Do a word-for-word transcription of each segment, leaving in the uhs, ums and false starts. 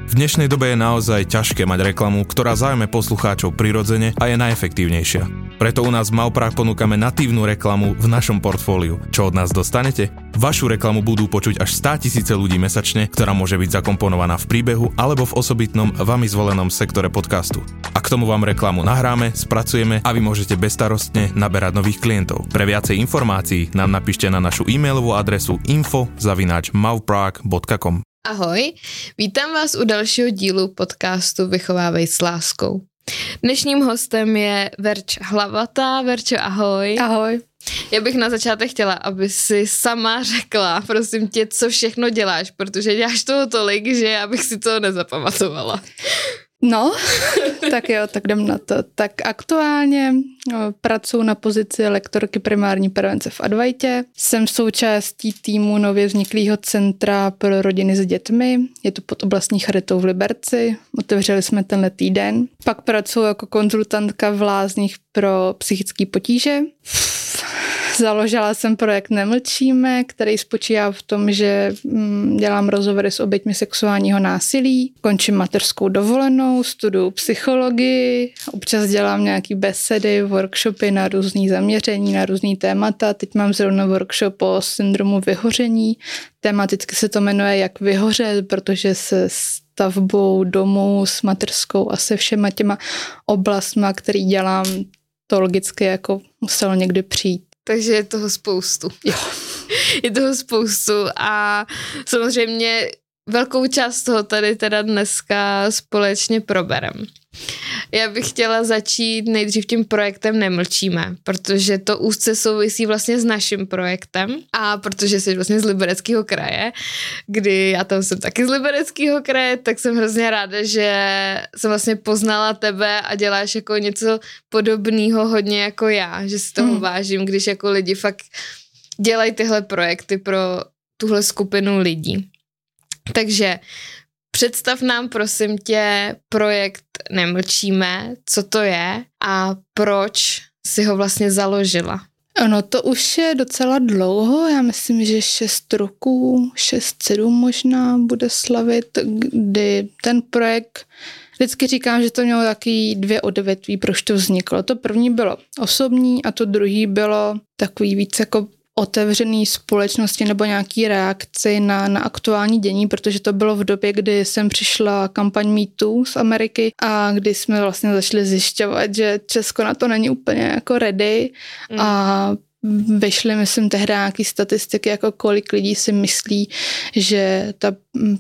V dnešnej dobe je naozaj ťažké mať reklamu, ktorá zaujme poslucháčov prirodzene a je najefektívnejšia. Preto u nás v Mauprák ponúkame natívnu reklamu v našom portfóliu. Čo od nás dostanete? Vašu reklamu budú počuť až státisíce ľudí mesačne, ktorá môže byť zakomponovaná v príbehu alebo v osobitnom vami zvolenom sektore podcastu. A k tomu vám reklamu nahráme, spracujeme a vy môžete bezstarostne naberať nových klientov. Pre viacej informácií nám napíšte na našu e-mailovú adresu info zavináč mauprák bodka com. Ahoj, vítám vás u dalšího dílu podcastu Vychovávej s láskou. Dnešním hostem je Verč Hlavatá. Verčo, ahoj. Ahoj. Já bych na začátek chtěla, aby si sama řekla, prosím tě, co všechno děláš, protože děláš toho tolik, že já bych si to nezapamatovala. No, tak jo, tak jdem na to. Tak aktuálně no, pracuji na pozici lektorky primární prevence v Advaitě. Jsem součástí týmu nově vzniklého centra pro rodiny s dětmi. Je to pod oblastní charitou v Liberci. Otevřeli jsme tenhle týden. Pak pracuji jako konzultantka v lázních pro psychické potíže. Založila jsem projekt Nemlčíme, který spočívá v tom, že dělám rozhovory s oběťmi sexuálního násilí, končím mateřskou dovolenou, studuju psychologii, občas dělám nějaký besedy, workshopy na různý zaměření, na různý témata. Teď mám zrovna workshop o syndromu vyhoření. Tematicky se to jmenuje Jak vyhořet, protože se stavbou domů s mateřskou a se všema těma oblastma, který dělám, to logicky jako muselo někdy přijít. Takže je toho spoustu. Jo. Je toho spoustu a samozřejmě velkou část toho tady teda dneska společně proberem. Já bych chtěla začít nejdřív tím projektem Nemlčíme, protože to úzce souvisí vlastně s naším projektem a protože jsi vlastně z Libereckého kraje, kdy já tam jsem taky z Libereckého kraje, tak jsem hrozně ráda, že jsem vlastně poznala tebe a děláš jako něco podobného hodně jako já, že si toho mm. vážím, když jako lidi fakt dělají tyhle projekty pro tuhle skupinu lidí. Takže představ nám, prosím tě, projekt Nemlčíme, co to je a proč si ho vlastně založila. Ano, to už je docela dlouho, já myslím, že šest roků, šest, sedm možná bude slavit, kdy ten projekt, vždycky říkám, že to mělo taky dvě odvětví, proč to vzniklo. To první bylo osobní a to druhý bylo takový víc jako otevřený společnosti nebo nějaký reakci na, na aktuální dění, protože to bylo v době, kdy jsem přišla kampaň Me Too z Ameriky a kdy jsme vlastně začali zjišťovat, že Česko na to není úplně jako ready mm. a vyšly, myslím, tehdy nějaký statistiky, jako kolik lidí si myslí, že ta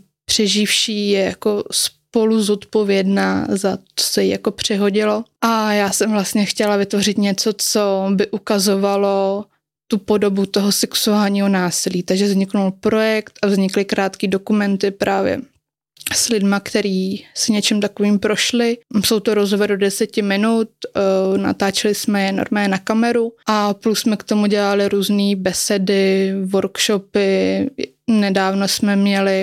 přeživší je jako spolu zodpovědná za to, co se jí jako přehodilo. A já jsem vlastně chtěla vytvořit něco, co by ukazovalo tu podobu toho sexuálního násilí. Takže vzniknul projekt a vznikly krátké dokumenty právě s lidma, který si něčím takovým prošli. Jsou to rozhovory do deseti minut, natáčeli jsme je normálně na kameru a plus jsme k tomu dělali různé besedy, workshopy. Nedávno jsme měli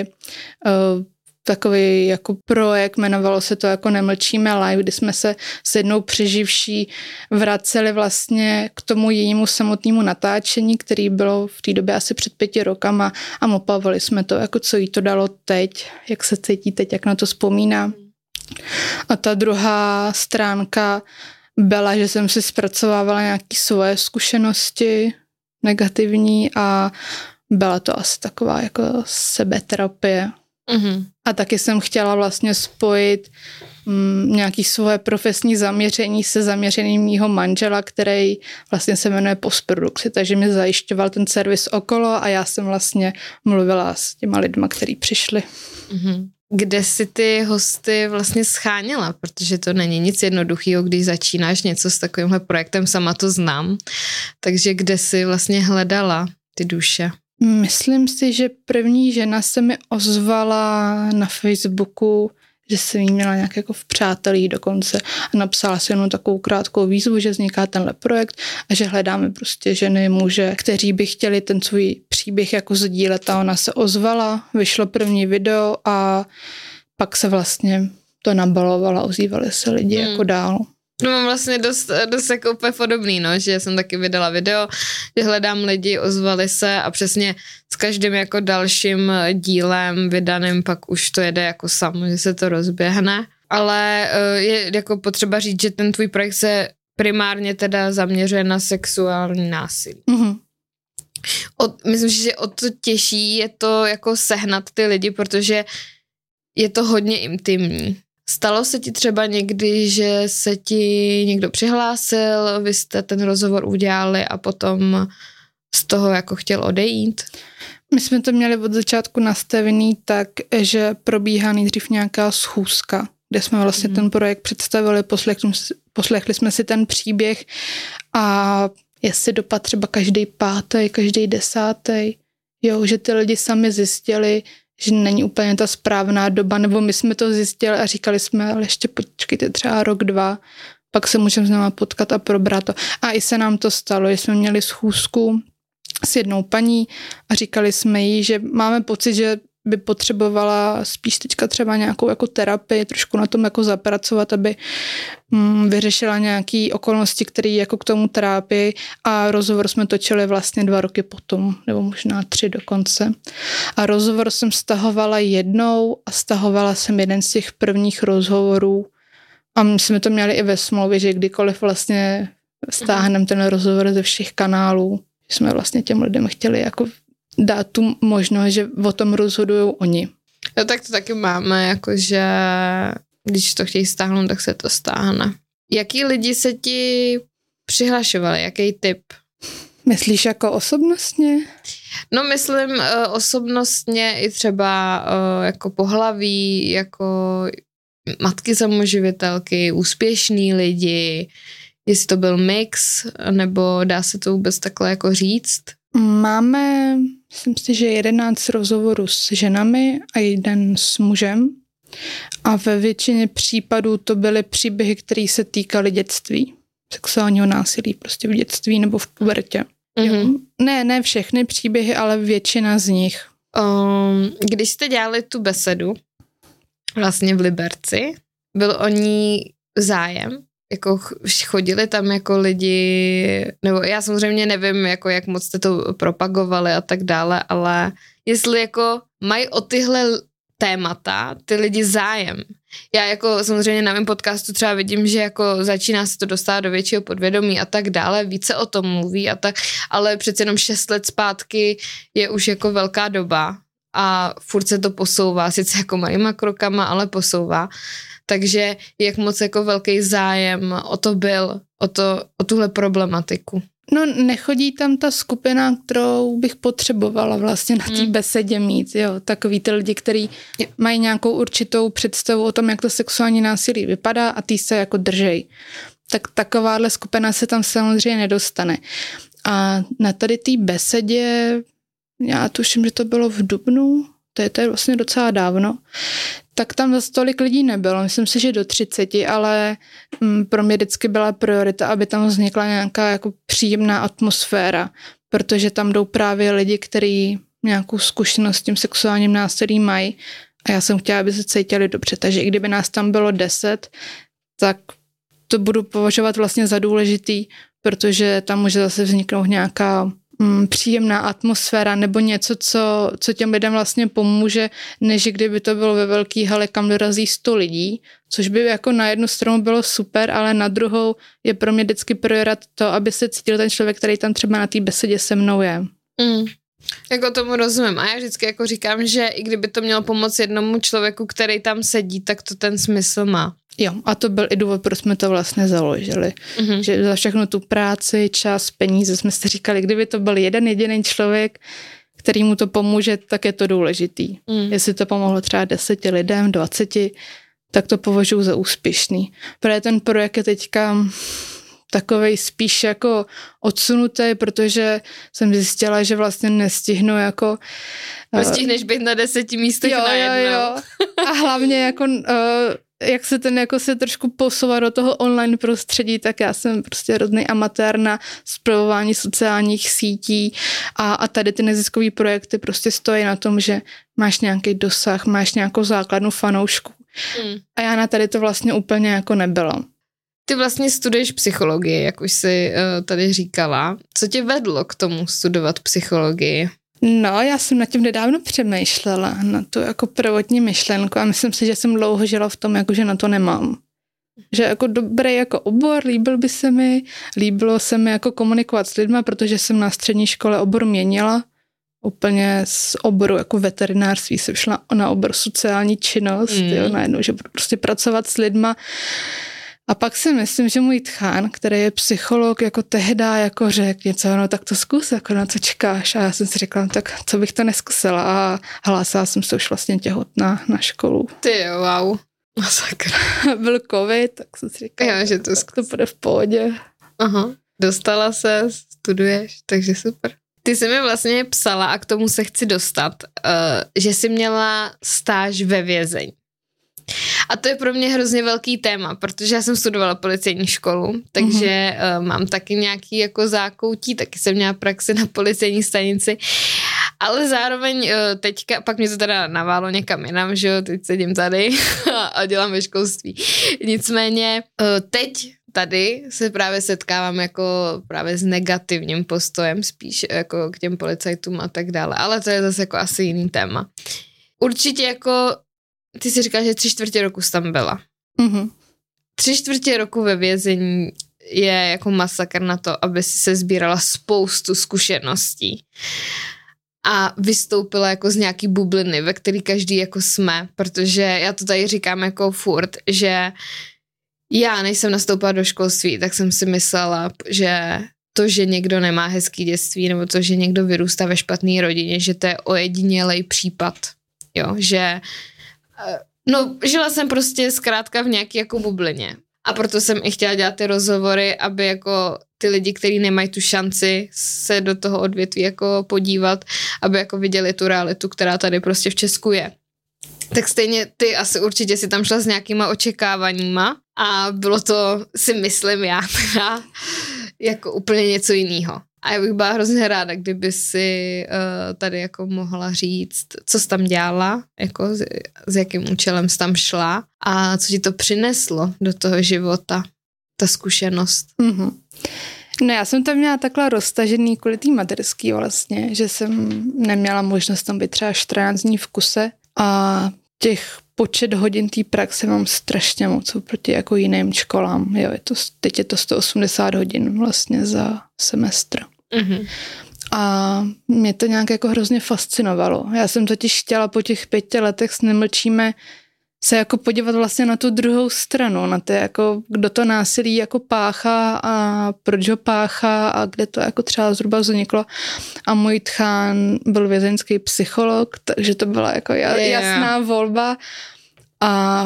takový jako projekt, jmenovalo se to jako Nemlčíme live, kdy jsme se s jednou přeživší vraceli vlastně k tomu jejímu samotnému natáčení, který bylo v té době asi před pěti rokama a mapovali jsme to, jako co jí to dalo teď, jak se cítí teď, jak na to vzpomíná. A ta druhá stránka byla, že jsem si zpracovávala nějaké svoje zkušenosti negativní a byla to asi taková jako sebeterapie. Mm-hmm. A taky jsem chtěla vlastně spojit mm, nějaký svoje profesní zaměření se zaměřením mýho manžela, který vlastně se jmenuje postprodukci, takže mi zajišťoval ten servis okolo a já jsem vlastně mluvila s těma lidma, kteří přišli. Mm-hmm. Kde si ty hosty vlastně scháněla, protože to není nic jednoduchého, když začínáš něco s takovýmhle projektem, sama to znám, takže kde si vlastně hledala ty duše? Myslím si, že první žena se mi ozvala na Facebooku, že jsem jí měla nějak jako v přátelí dokonce a napsala si jenom takovou krátkou výzvu, že vzniká tenhle projekt a že hledáme prostě ženy, muže, kteří by chtěli ten svůj příběh jako sdílet a ona se ozvala, vyšlo první video a pak se vlastně to nabalovalo, ozývali se lidi hmm. jako dál. No mám vlastně dost, dost jako úplně podobný, no, že jsem taky vydala video, že hledám lidi, ozvali se a přesně s každým jako dalším dílem vydaným pak už to jede jako samo, že se to rozběhne. Ale je jako potřeba říct, že ten tvůj projekt se primárně teda zaměřuje na sexuální násilí. Mm-hmm. Od, myslím, že o to těžší je to jako sehnat ty lidi, protože je to hodně intimní. Stalo se ti třeba někdy, že se ti někdo přihlásil, vy jste ten rozhovor udělali a potom z toho jako chtěl odejít? My jsme to měli od začátku nastavený tak, že probíhá nejdřív nějaká schůzka, kde jsme vlastně mm. ten projekt představili, poslechli, poslechli jsme si ten příběh a jestli dopad třeba každý pátý, každý desátý, jo, že ty lidi sami zjistili, že není úplně ta správná doba, nebo my jsme to zjistili a říkali jsme, ale ještě počkejte třeba rok, dva, pak se můžeme znovu potkat a probrat to. A i se nám to stalo, že jsme měli schůzku s jednou paní a říkali jsme jí, že máme pocit, že by potřebovala spíš teďka třeba nějakou jako terapii, trošku na tom jako zapracovat, aby mm, vyřešila nějaké okolnosti, které jako k tomu trápí a rozhovor jsme točili vlastně dva roky potom, nebo možná tři dokonce. A rozhovor jsem stahovala jednou a stahovala jsem jeden z těch prvních rozhovorů a my jsme to měli i ve smlouvě, že kdykoliv vlastně stáhneme ten rozhovor ze všech kanálů, že jsme vlastně těm lidem chtěli jako dát tu možnost, že o tom rozhodují oni. No tak to taky máme, jakože když to chtějí stáhnout, tak se to stáhne. Jaký lidi se ti přihlašovali? Jaký typ? Myslíš jako osobnostně? No myslím uh, osobnostně i třeba uh, jako pohlaví, jako matky samoživitelky, úspěšní lidi, jestli to byl mix, nebo dá se to vůbec takhle jako říct? Máme, myslím si, že jedenáct rozhovorů s ženami a jeden s mužem a ve většině případů to byly příběhy, které se týkaly dětství, sexuálního násilí prostě v dětství nebo v pubertě. Mm-hmm. Ne, ne všechny příběhy, ale většina z nich. Um, když jste dělali tu besedu vlastně v Liberci, byl o ní zájem? Jako chodili tam jako lidi, nebo já samozřejmě nevím, jako jak moc jste to propagovali a tak dále, ale jestli jako mají o tyhle témata ty lidi zájem. Já jako samozřejmě na mém podcastu třeba vidím, že jako začíná se to dostávat do většího podvědomí a tak dále, více o tom mluví a tak, ale přece jenom šest let zpátky je už jako velká doba a furt se to posouvá, sice jako malýma krokama, ale posouvá. Takže jak moc jako velký zájem o to byl, o, to, o tuhle problematiku? No nechodí tam ta skupina, kterou bych potřebovala vlastně na té hmm. besedě mít, jo, takový ty lidi, kteří mají nějakou určitou představu o tom, jak to sexuální násilí vypadá a ty se jako držej. Tak takováhle skupina se tam samozřejmě nedostane. A na tady té besedě, já tuším, že to bylo v dubnu, to je, to je vlastně docela dávno, tak tam zase tolik lidí nebylo. Myslím si, že do třiceti, ale mm, pro mě vždycky byla priorita, aby tam vznikla nějaká jako příjemná atmosféra, protože tam jdou právě lidi, kteří nějakou zkušenost s tím sexuálním násilím mají a já jsem chtěla, aby se cítili dobře. Takže i kdyby nás tam bylo deset, tak to budu považovat vlastně za důležitý, protože tam může zase vzniknout nějaká příjemná atmosféra nebo něco, co, co těm lidem vlastně pomůže, než kdyby to bylo ve velký hale, kam dorazí sto lidí, což by jako na jednu stranu bylo super, ale na druhou je pro mě vždycky priorit to, aby se cítil ten člověk, který tam třeba na té besedě se mnou je. Mm. Jako tomu rozumím. A já vždycky jako říkám, že i kdyby to mělo pomoct jednomu člověku, který tam sedí, tak to ten smysl má. Jo, a to byl i důvod, proč jsme to vlastně založili. Mm-hmm. Že za všechno tu práci, čas, peníze jsme si říkali, kdyby to byl jeden jediný člověk, který mu to pomůže, tak je to důležitý. Mm. Jestli to pomohlo třeba deseti lidem, dvaceti, tak to považuji za úspěšný. Protože ten projekt je teďka takovej spíš jako odsunutý, protože jsem zjistila, že vlastně nestihnu jako... Nestihneš být na deseti místech jo, najednou. Jo, jo. A hlavně jako... Uh, jak se ten jako se trošku posouvá do toho online prostředí, tak já jsem prostě hrozný amatér na spravování sociálních sítí a, a tady ty neziskový projekty prostě stojí na tom, že máš nějaký dosah, máš nějakou základnu fanoušku. Hmm. A já na tady to vlastně úplně jako nebyla. Ty vlastně studuješ psychologii, jak už jsi uh, tady říkala. Co tě vedlo k tomu studovat psychologii? No, já jsem nad tím nedávno přemýšlela, na tu jako prvotní myšlenku a myslím si, že jsem dlouho žila v tom, jako že na to nemám. Že jako dobrý jako obor, líbil by se mi, líbilo se mi jako komunikovat s lidmi, protože jsem na střední škole obor měnila. Úplně z oboru jako veterinářství jsem šla na obor sociální činnost, mm. jo, najednou, že budu prostě pracovat s lidma. A pak si myslím, že můj tchán, který je psycholog, jako tehda jako řekl něco, no tak to zkus, jako na co čekáš. A já jsem si řekla, no, tak co bych to neskusila. A hlásila jsem se už vlastně těhotná na školu. Ty jo, wow. Masakr. Byl covid, tak jsem si říkala, jo, že to, to bude v pohodě. Aha, dostala se, studuješ, takže super. Ty jsi mi vlastně psala, a k tomu se chci dostat, uh, že jsi měla stáž ve vězení. A to je pro mě hrozně velký téma, protože já jsem studovala policejní školu, takže uh, mám taky nějaký jako zákoutí, taky jsem měla praxi na policejní stanici, ale zároveň uh, teďka, pak mě to teda naválo někam jinam, že jo, teď sedím tady a dělám ve školství. Nicméně uh, teď tady se právě setkávám jako právě s negativním postojem spíš jako k těm policajtům a tak dále, ale to je zase jako asi jiný téma. Určitě jako ty jsi říkala, že tři čtvrtě roku jsi tam byla. Mm-hmm. Tři čtvrtě roku ve vězení je jako masakr na to, aby si se sbírala spoustu zkušeností a vystoupila jako z nějaký bubliny, ve který každý jako jsme, protože já to tady říkám jako furt, že já, než jsem nastoupila do školství, tak jsem si myslela, že to, že někdo nemá hezký dětství, nebo to, že někdo vyrůstá ve špatné rodině, že to je ojedinělej případ. Jo, že no, žila jsem prostě zkrátka v nějaké jako bublině. A proto jsem i chtěla dělat ty rozhovory, aby jako ty lidi, kteří nemají tu šanci se do toho odvětví jako podívat, aby jako viděli tu realitu, která tady prostě v Česku je. Tak stejně ty asi určitě si tam šla s nějakýma očekáváníma a bylo to, si myslím já, teda jako úplně něco jiného. A já bych byla hrozně ráda, kdyby si uh, tady jako mohla říct, co jsi tam dělala, jako s, s jakým účelem jsi tam šla a co ti to přineslo do toho života, ta zkušenost. Mm-hmm. No já jsem tam měla takhle roztažený kvůli té materský vlastně, že jsem neměla možnost tam být třeba čtrnáct dní v kuse a těch počet hodin té praxe mám strašně moc oproti jako jiným školám. Jo, je to, teď je to sto osmdesát hodin vlastně za semestr. Mm-hmm. A mě to nějak jako hrozně fascinovalo. Já jsem totiž chtěla po těch pěti letech s Nemlčíme se jako podívat vlastně na tu druhou stranu, na to jako, kdo to násilí jako páchá a proč ho páchá a kde to jako třeba zhruba vzniklo. A můj tchán byl vězeňský psycholog, takže to byla jako jasná yeah. volba. A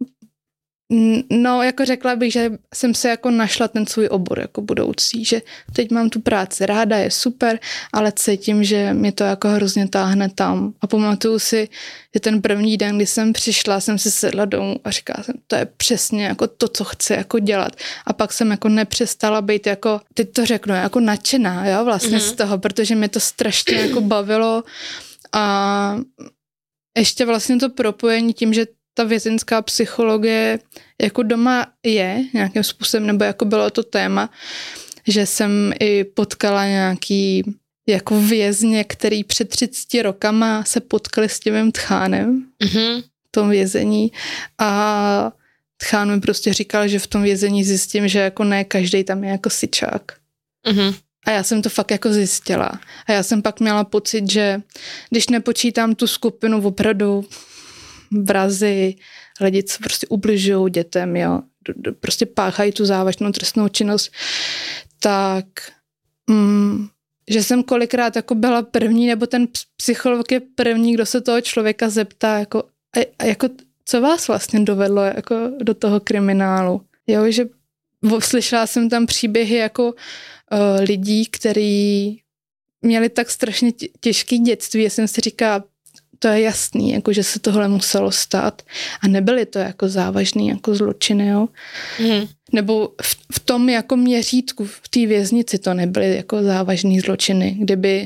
no, jako řekla bych, že jsem se jako našla ten svůj obor jako budoucí, že teď mám tu práci ráda, je super, ale cítím, že mě to jako hrozně táhne tam. A pamatuju si, že ten první den, kdy jsem přišla, jsem si sedla domů a říkala jsem, to je přesně jako to, co chci jako dělat. A pak jsem jako nepřestala být jako, teď to řeknu, jako nadšená, jo, vlastně mm-hmm. z toho, protože mě to strašně jako bavilo a ještě vlastně to propojení tím, že ta vězeňská psychologie jako doma je nějakým způsobem, nebo jako bylo to téma, že jsem i potkala nějaký jako vězně, který před třiceti rokama se potkali s tím tchánem mm-hmm. v tom vězení a tchán mi prostě říkal, že v tom vězení zjistím, že jako ne každej tam je jako syčák. Mm-hmm. A já jsem to fakt jako zjistila. A já jsem pak měla pocit, že když nepočítám tu skupinu opravdu vrazy, lidi, co prostě ubližují dětem, jo, prostě páchají tu závažnou trestnou činnost, tak mm, že jsem kolikrát jako byla první, nebo ten psycholog je první, kdo se toho člověka zeptá, jako, a, a jako co vás vlastně dovedlo jako do toho kriminálu. Jo, že slyšela jsem tam příběhy jako uh, lidí, kteří měli tak strašně těžké dětství, já jsem si říkala, to je jasný, jako, že se tohle muselo stát a nebyly to jako závažný jako zločiny, jo. Mm. Nebo v, v tom jako měřítku v té věznici to nebyly jako závažný zločiny. Kdyby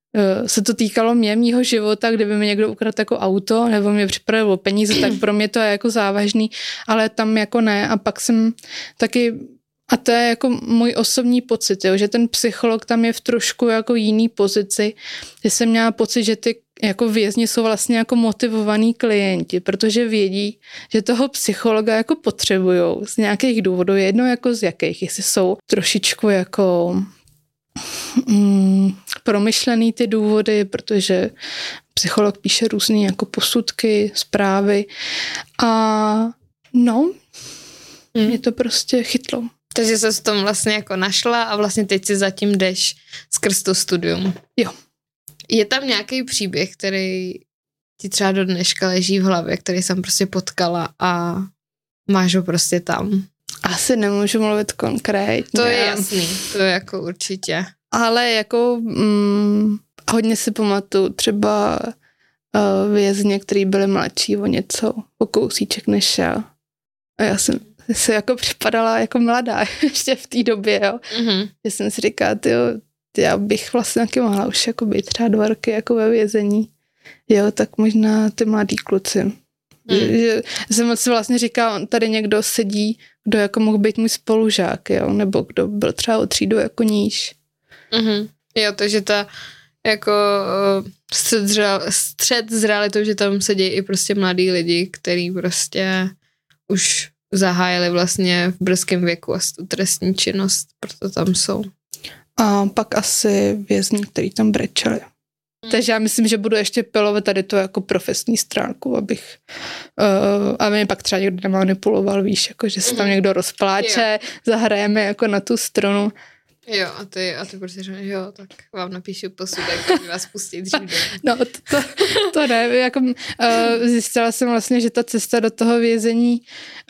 se to týkalo mě, mýho života, kdyby mi někdo ukradl jako auto nebo mě připravil o peníze, tak pro mě to je jako závažný, ale tam jako ne. A pak jsem taky, a to je jako můj osobní pocit, jo, že ten psycholog tam je v trošku jako jiný pozici, že jsem měla pocit, že ty jako vězni jsou vlastně jako motivovaní klienti, protože vědí, že toho psychologa jako potřebujou z nějakých důvodů, jedno jako z jakých, jestli jsou trošičku jako mm, promyšlený ty důvody, protože psycholog píše různý jako posudky, zprávy a no, hmm. mě to prostě chytlo. Takže se s tom vlastně jako našla a vlastně teď si zatím jdeš skrz to studium. Jo. Je tam nějaký příběh, který ti třeba do dneška leží v hlavě, který jsem prostě potkala a máš ho prostě tam? Asi nemůžu mluvit konkrétně. To je jasný, to je jako určitě. Ale jako mm, hodně si pamatuju třeba uh, vězně, který byli mladší o něco, o kousíček než já. A já jsem se jako připadala jako mladá ještě v té době, jo. Mm-hmm. Že jsem si říkala, tyjo, já bych vlastně taky mohla už jako být třeba dva roky jako ve vězení. Jo, tak možná ty mladý kluci. Mm. Že, že jsem si vlastně říkala, tady někdo sedí, kdo jako mohl být můj spolužák, jo, nebo kdo byl třeba o třídu jako níž. Mm-hmm. Jo, takže ta jako střed, střed s realitou, že tam sedí i prostě mladí lidi, který prostě už zahájili vlastně v brzkém věku a tu trestní činnost, proto tam jsou. A pak asi vězni, který tam brečeli. Hmm. Takže já myslím, že budu ještě pilovat tady to jako profesní stránku, abych, uh, aby mě pak třeba někdo nemanipuloval, víš, jako že se tam někdo rozpláče, jo. Zahrajeme jako na tu stranu. Jo, a ty, a ty prostě řekneš, jo, tak vám napíšu posudek, aby vás pustí dřív domů. No, to, to, to ne, jako uh, zjistila jsem vlastně, že ta cesta do toho vězení,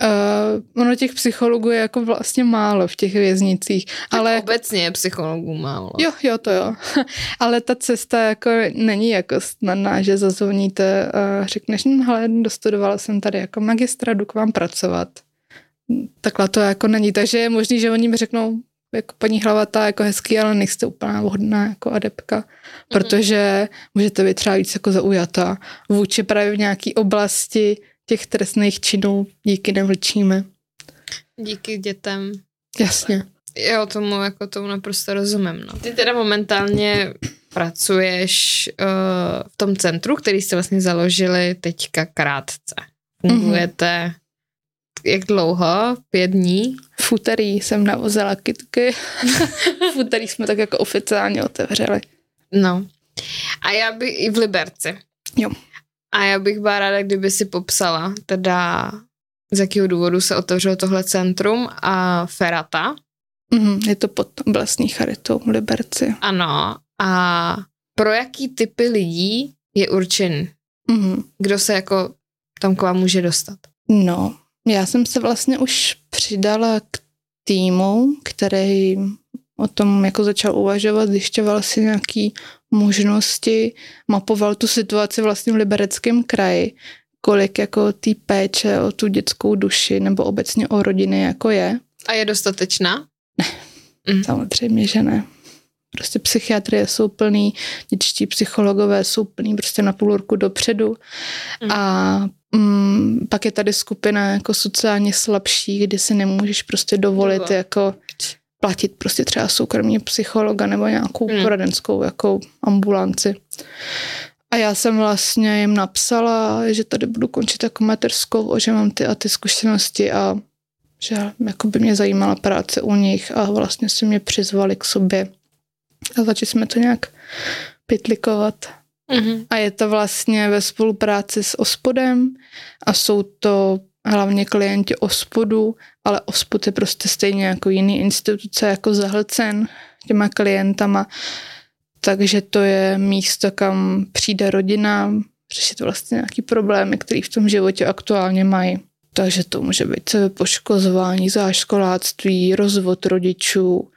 uh, ono těch psychologů je jako vlastně málo v těch věznicích. Tak ale obecně je psychologů málo. Jo, jo, to jo. Ale ta cesta jako není jako snadná, že zazvoníte a řekneš, no hele, dostudovala jsem tady jako magistra, jdu k vám pracovat. Takhle to jako není, takže je možný, že oni mi řeknou, jako paní Hlavatá, jako hezký, ale nejste úplně vhodná jako adeptka, protože můžete být třeba víc jako zaujatá vůči právě v nějaké oblasti těch trestných činů, díky nemlčíme. Díky dětem. Jasně. Jo, tomu jako tomu naprosto rozumím. No. Ty teda momentálně pracuješ uh, v tom centru, který jste vlastně založili teďka krátce. Fungujete mm-hmm. Jak dlouho? Pět dní? V úterý jsem navozila kytky. V úterý jsme tak jako oficiálně otevřeli. No. A já bych i v Liberci. Jo. A já bych byla ráda, kdyby si popsala, teda z jakého důvodu se otevřelo tohle centrum a Ferata. Mm, je to pod oblastní charitou v Liberci. Ano. A pro jaký typy lidí je určený? Mm. Kdo se jako tam k vám může dostat? No, já jsem se vlastně už přidala k týmu, který o tom jako začal uvažovat, zjišťoval si nějaké možnosti, mapoval tu situaci vlastně v Libereckém kraji, kolik jako té péče o tu dětskou duši nebo obecně o rodiny jako je. A je dostatečná? Ne, mm. samozřejmě, že ne. Prostě psychiatrie jsou plný, dětští psychologové jsou plný prostě na půl roku dopředu mm. a mm, pak je tady skupina jako sociálně slabší, kdy si nemůžeš prostě dovolit Dovo. jako platit prostě třeba soukromý psychologa nebo nějakou mm. poradenskou jako ambulanci. A já jsem vlastně jim napsala, že tady budu končit jako mateřskou, že mám ty a ty zkušenosti a že jako by mě zajímala práce u nich a vlastně si mě přizvali k sobě. A začali jsme to nějak pitlikovat. Mm-hmm. A je to vlastně ve spolupráci s OSPODem a jsou to hlavně klienti OSPODu, ale OSPOD je prostě stejně jako jiný instituce, jako zahlcen těma klientama. Takže to je místo, kam přijde rodina řešit vlastně nějaký problémy, které v tom životě aktuálně mají. Takže to může být sebepoškozování, záškoláctví, rozvod rodičů,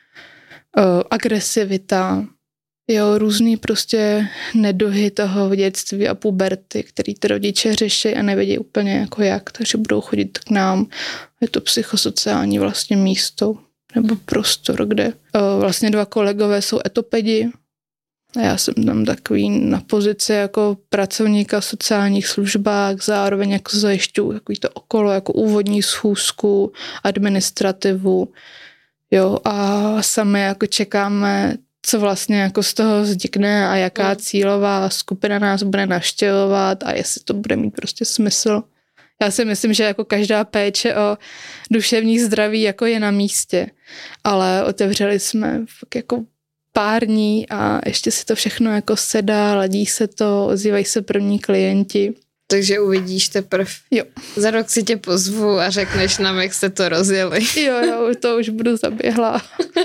agresivita, jo, různý prostě neduhy toho dětství a puberty, který ty rodiče řeší a nevědí úplně jako jak, takže budou chodit k nám. Je to psychosociální vlastně místo nebo prostor, kde vlastně dva kolegové jsou etopedi, A já jsem tam takový na pozici jako pracovníka v sociálních službách, zároveň jako zajišťuju takový to okolo, jako úvodní schůzku, administrativu, jo, a sami jako čekáme, co vlastně jako z toho vznikne a jaká cílová skupina nás bude navštěvovat a jestli to bude mít prostě smysl. Já si myslím, že jako každá péče o duševní zdraví jako je na místě, ale otevřeli jsme fakt jako pár dní a ještě si to všechno jako sedá, ladí se to, ozývají se první klienti. Takže uvidíš teprve. Jo. Za rok si tě pozvu a řekneš nám, jak jste to rozjeli. Jo, jo, to už budu zaběhla.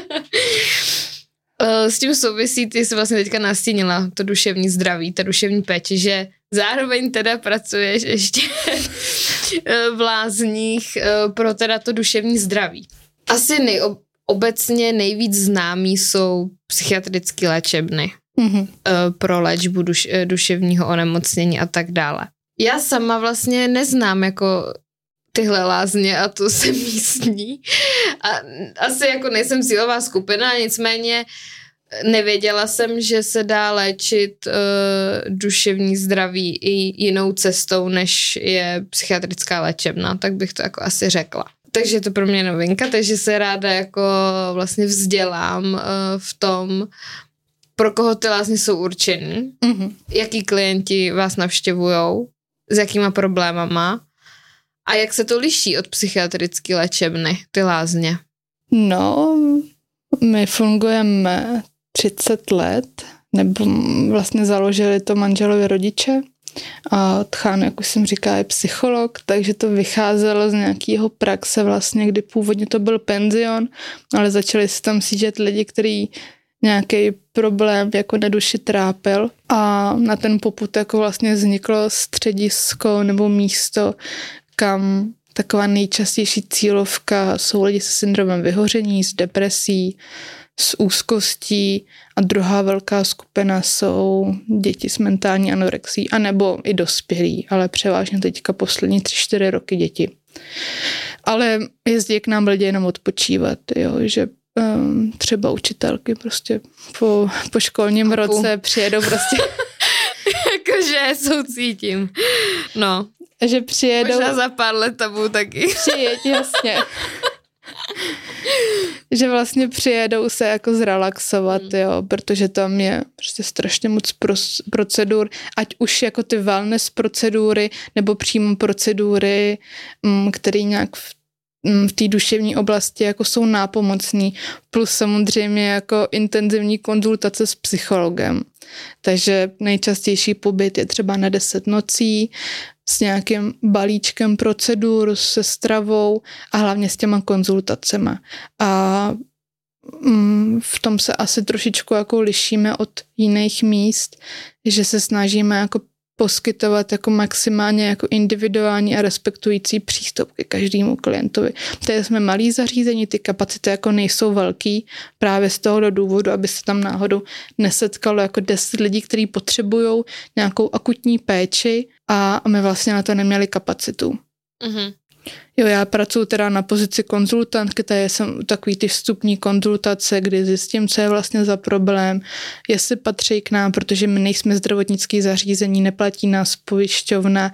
S tím souvisí, ty jsi vlastně teďka nastínila to duševní zdraví, ta duševní péče, že zároveň teda pracuješ ještě v lázních pro teda to duševní zdraví. Asi nejob, obecně nejvíc známý jsou psychiatrické léčebny mm-hmm. pro léčbu duš, duševního onemocnění a tak dále. Já sama vlastně neznám jako tyhle lázně a to jsem místní. A asi jako nejsem cílová skupina, nicméně nevěděla jsem, že se dá léčit uh, duševní zdraví i jinou cestou, než je psychiatrická léčebna, tak bych to jako asi řekla. Takže je to pro mě novinka, takže se ráda jako vlastně vzdělám uh, v tom, pro koho ty lázně jsou určený, mm-hmm. jaký klienti vás navštěvujou, s jakýma problémama a jak se to liší od psychiatrické léčebny, ty lázně? No, my fungujeme třicet let, nebo vlastně založili to manželovi rodiče a Tchán, jak už jsem říkala, je psycholog, takže to vycházelo z nějakého praxe vlastně, kdy původně to byl penzion, ale začali se tam sjíždět lidi, kteří nějaký problém jako na duši trápil a na ten popud jako vlastně vzniklo středisko nebo místo, kam taková nejčastější cílovka jsou lidi se syndromem vyhoření, s depresí, s úzkostí a druhá velká skupina jsou děti s mentální anorexí, anebo i dospělí, ale převážně teďka poslední tři, čtyři roky děti. Ale jezdí k nám lidi jenom odpočívat, jo, že um, třeba učitelky prostě po, po školním Apu. roce přijedou prostě... Jakože soucítím. No. Že přijedou... Možná za pár let to budou taky. Přijeď, jasně. Že vlastně přijedou se jako zrelaxovat, hmm. jo, protože tam je prostě strašně moc procedur, ať už jako ty wellness procedury, nebo přímo procedury, které nějak v, v té duševní oblasti jako jsou nápomocný, plus samozřejmě jako intenzivní konzultace s psychologem. Takže nejčastější pobyt je třeba na deset nocí, s nějakým balíčkem procedur, se stravou a hlavně s těma konzultacema. A mm, v tom se asi trošičku jako lišíme od jiných míst, že se snažíme jako poskytovat jako maximálně jako individuální a respektující přístup ke každému klientovi. Tady jsme malý zařízení, ty kapacity jako nejsou velký, právě z toho důvodu, aby se tam náhodou nesetkalo jako deset lidí, kteří potřebují nějakou akutní péči a my vlastně na to neměli kapacitu. Mm-hmm. Jo, já pracuji teda na pozici konzultantky, tady jsem takový ty vstupní konzultace, kdy zjistím, co je vlastně za problém, jestli patří k nám, protože my nejsme zdravotnické zařízení, neplatí nás pojišťovna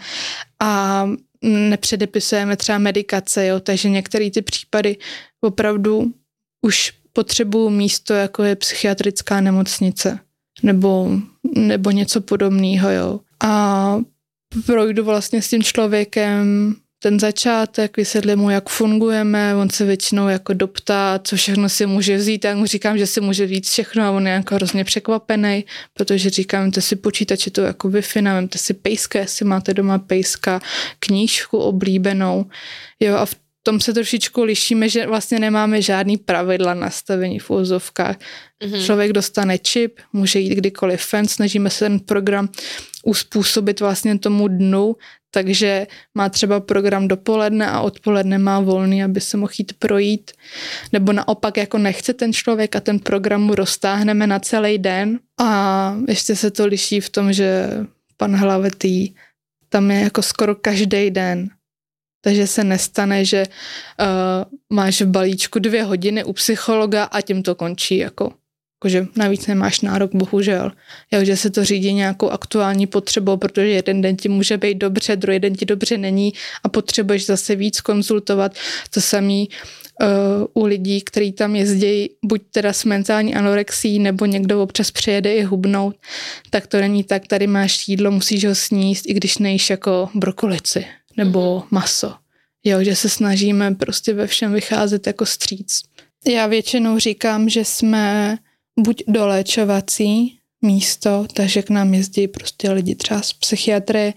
a nepředepisujeme třeba medikace, jo, takže některé ty případy opravdu už potřebují místo, jako je psychiatrická nemocnice nebo, nebo něco podobného, jo. A projdu vlastně s tím člověkem ten začátek, vysvětlím mu, jak fungujeme, on se většinou jako doptá, co všechno si může vzít, já mu říkám, že si může vzít všechno a on je jako hrozně překvapený, protože říkám, vemte si počítače, to jako Wi-Fi, vemte si pejska, jestli máte doma pejska, knížku oblíbenou, jo, a v tom se trošičku lišíme, že vlastně nemáme žádný pravidla nastavení v úvozovkách. Mm-hmm. Člověk dostane čip, může jít kdykoliv ven, snažíme se ten program uspůsobit vlastně tomu dnu, takže má třeba program dopoledne a odpoledne má volný, aby se mohl jít projít. Nebo naopak jako nechce ten člověk a ten program mu roztáhneme na celý den. A ještě se to liší v tom, že pan Hlavatý tam je jako skoro každý den. Takže se nestane, že uh, máš v balíčku dvě hodiny u psychologa a tím to končí. Jako. jakože navíc nemáš nárok, bohužel. Jo, že se to řídí nějakou aktuální potřebou, protože jeden den ti může být dobře, druhý den ti dobře není a potřebuješ zase víc konzultovat. To samý uh, u lidí, kteří tam jezdí, buď teda s mentální anorexií, nebo někdo občas přijede i hubnout, tak to není tak, tady máš jídlo, musíš ho sníst, i když nejíš jako brokolici nebo maso. Jo, že se snažíme prostě ve všem vycházet jako stříc. Já většinou říkám, že jsme buď doléčovací místo, takže k nám jezdí prostě lidi třeba z psychiatrie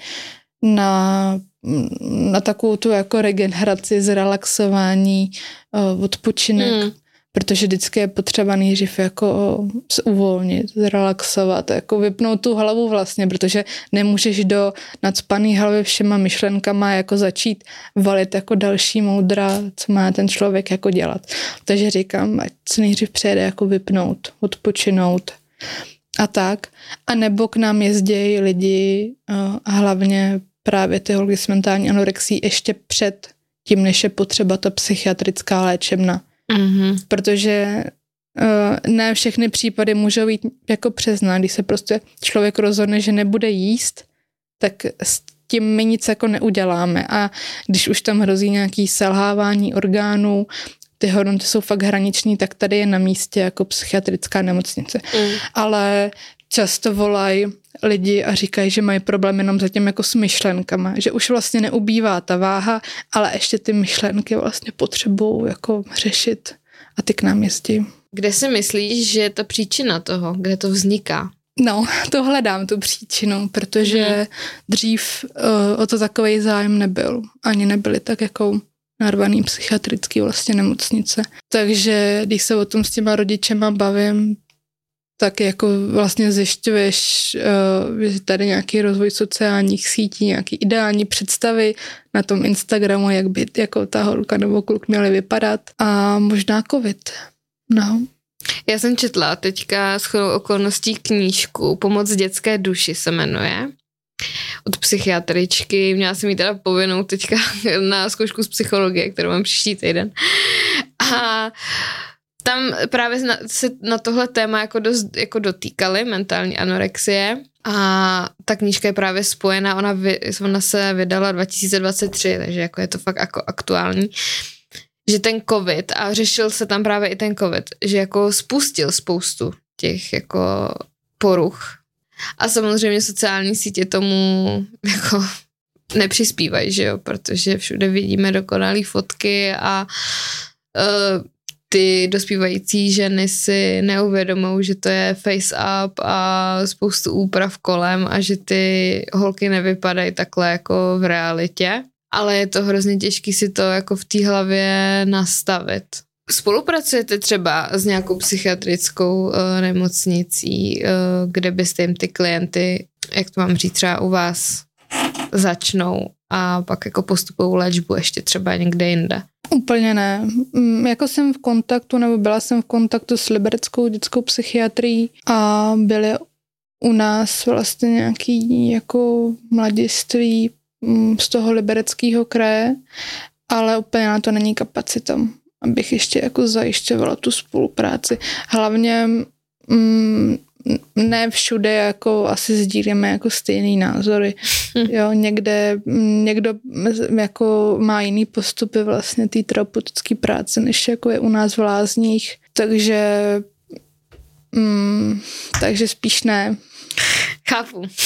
na, na takovou tu jako regeneraci, zrelaxování, odpočinek, hmm. protože vždycky je potřeba nejdřív jako se uvolnit, zrelaxovat, jako vypnout tu hlavu vlastně, protože nemůžeš do nacpaný hlavy všema myšlenkama jako začít valit jako další moudra, co má ten člověk jako dělat. Takže říkám, ať se nejdřív přijede jako vypnout, odpočinout a tak. A nebo k nám jezdí lidi a hlavně právě ty holky s mentální anorexí ještě před tím, než je potřeba ta psychiatrická léčebna. Mm-hmm. Protože uh, ne všechny případy můžou jít jako přesná. Když se prostě člověk rozhodne, že nebude jíst, tak s tím my nic jako neuděláme. A když už tam hrozí nějaký selhávání orgánů, ty hodnoty jsou fakt hraniční, tak tady je na místě jako psychiatrická nemocnice. Mm. Ale často volají lidi a říkají, že mají problém jenom zatím jako s myšlenkama, že už vlastně neubývá ta váha, ale ještě ty myšlenky vlastně potřebují jako řešit a ty k nám jezdí. Kde si myslíš, že je ta příčina toho, kde to vzniká? No, to hledám tu příčinu, protože hmm. dřív uh, o to takovej zájem nebyl. Ani nebyly tak jako narvaný psychiatrický vlastně nemocnice. Takže když se o tom s těma rodičema bavím, tak jako vlastně zjišťuješ uh, tady nějaký rozvoj sociálních sítí, nějaký ideální představy na tom Instagramu, jak by jako ta holka nebo kluk měli vypadat a možná covid. No. Já jsem četla teďka shodou okolností knížku Pomoc dětské duši se jmenuje. Od psychiatričky. Měla jsem jí teda povinnou teďka na zkoušku z psychologie, kterou mám příští týden. A tam právě se na tohle téma jako, dost, jako dotýkali mentální anorexie a ta knížka je právě spojená, ona, vy, ona se vydala dva tisíce dvacet tři, takže jako je to fakt jako aktuální, že ten covid, a řešil se tam právě i ten covid, že jako spustil spoustu těch jako poruch. A samozřejmě sociální sítě tomu jako nepřispívají, že jo, protože všude vidíme dokonalý fotky a uh, ty dospívající ženy si neuvědomou, že to je face up a spoustu úprav kolem a že ty holky nevypadají takhle jako v realitě. Ale je to hrozně těžké si to jako v té hlavě nastavit. Spolupracujete třeba s nějakou psychiatrickou uh, nemocnicí, uh, kde byste jim ty klienty, jak to mám říct, třeba u vás začnou a pak jako postupovou léčbu ještě třeba někde jinde? Úplně ne. Jako jsem v kontaktu, nebo byla jsem v kontaktu s libereckou dětskou psychiatrií a byly u nás vlastně nějaký jako mladiství z toho libereckého kraje, ale úplně na to není kapacita, abych ještě jako zajišťovala tu spolupráci. Hlavně mm, ne všude jako asi sdílíme jako stejný názory. Jo, někde někdo jako má jiný postupy vlastně té terapeutické práce, než jako je u nás v Lázních. Takže mm, takže spíš ne. Chápu. uh,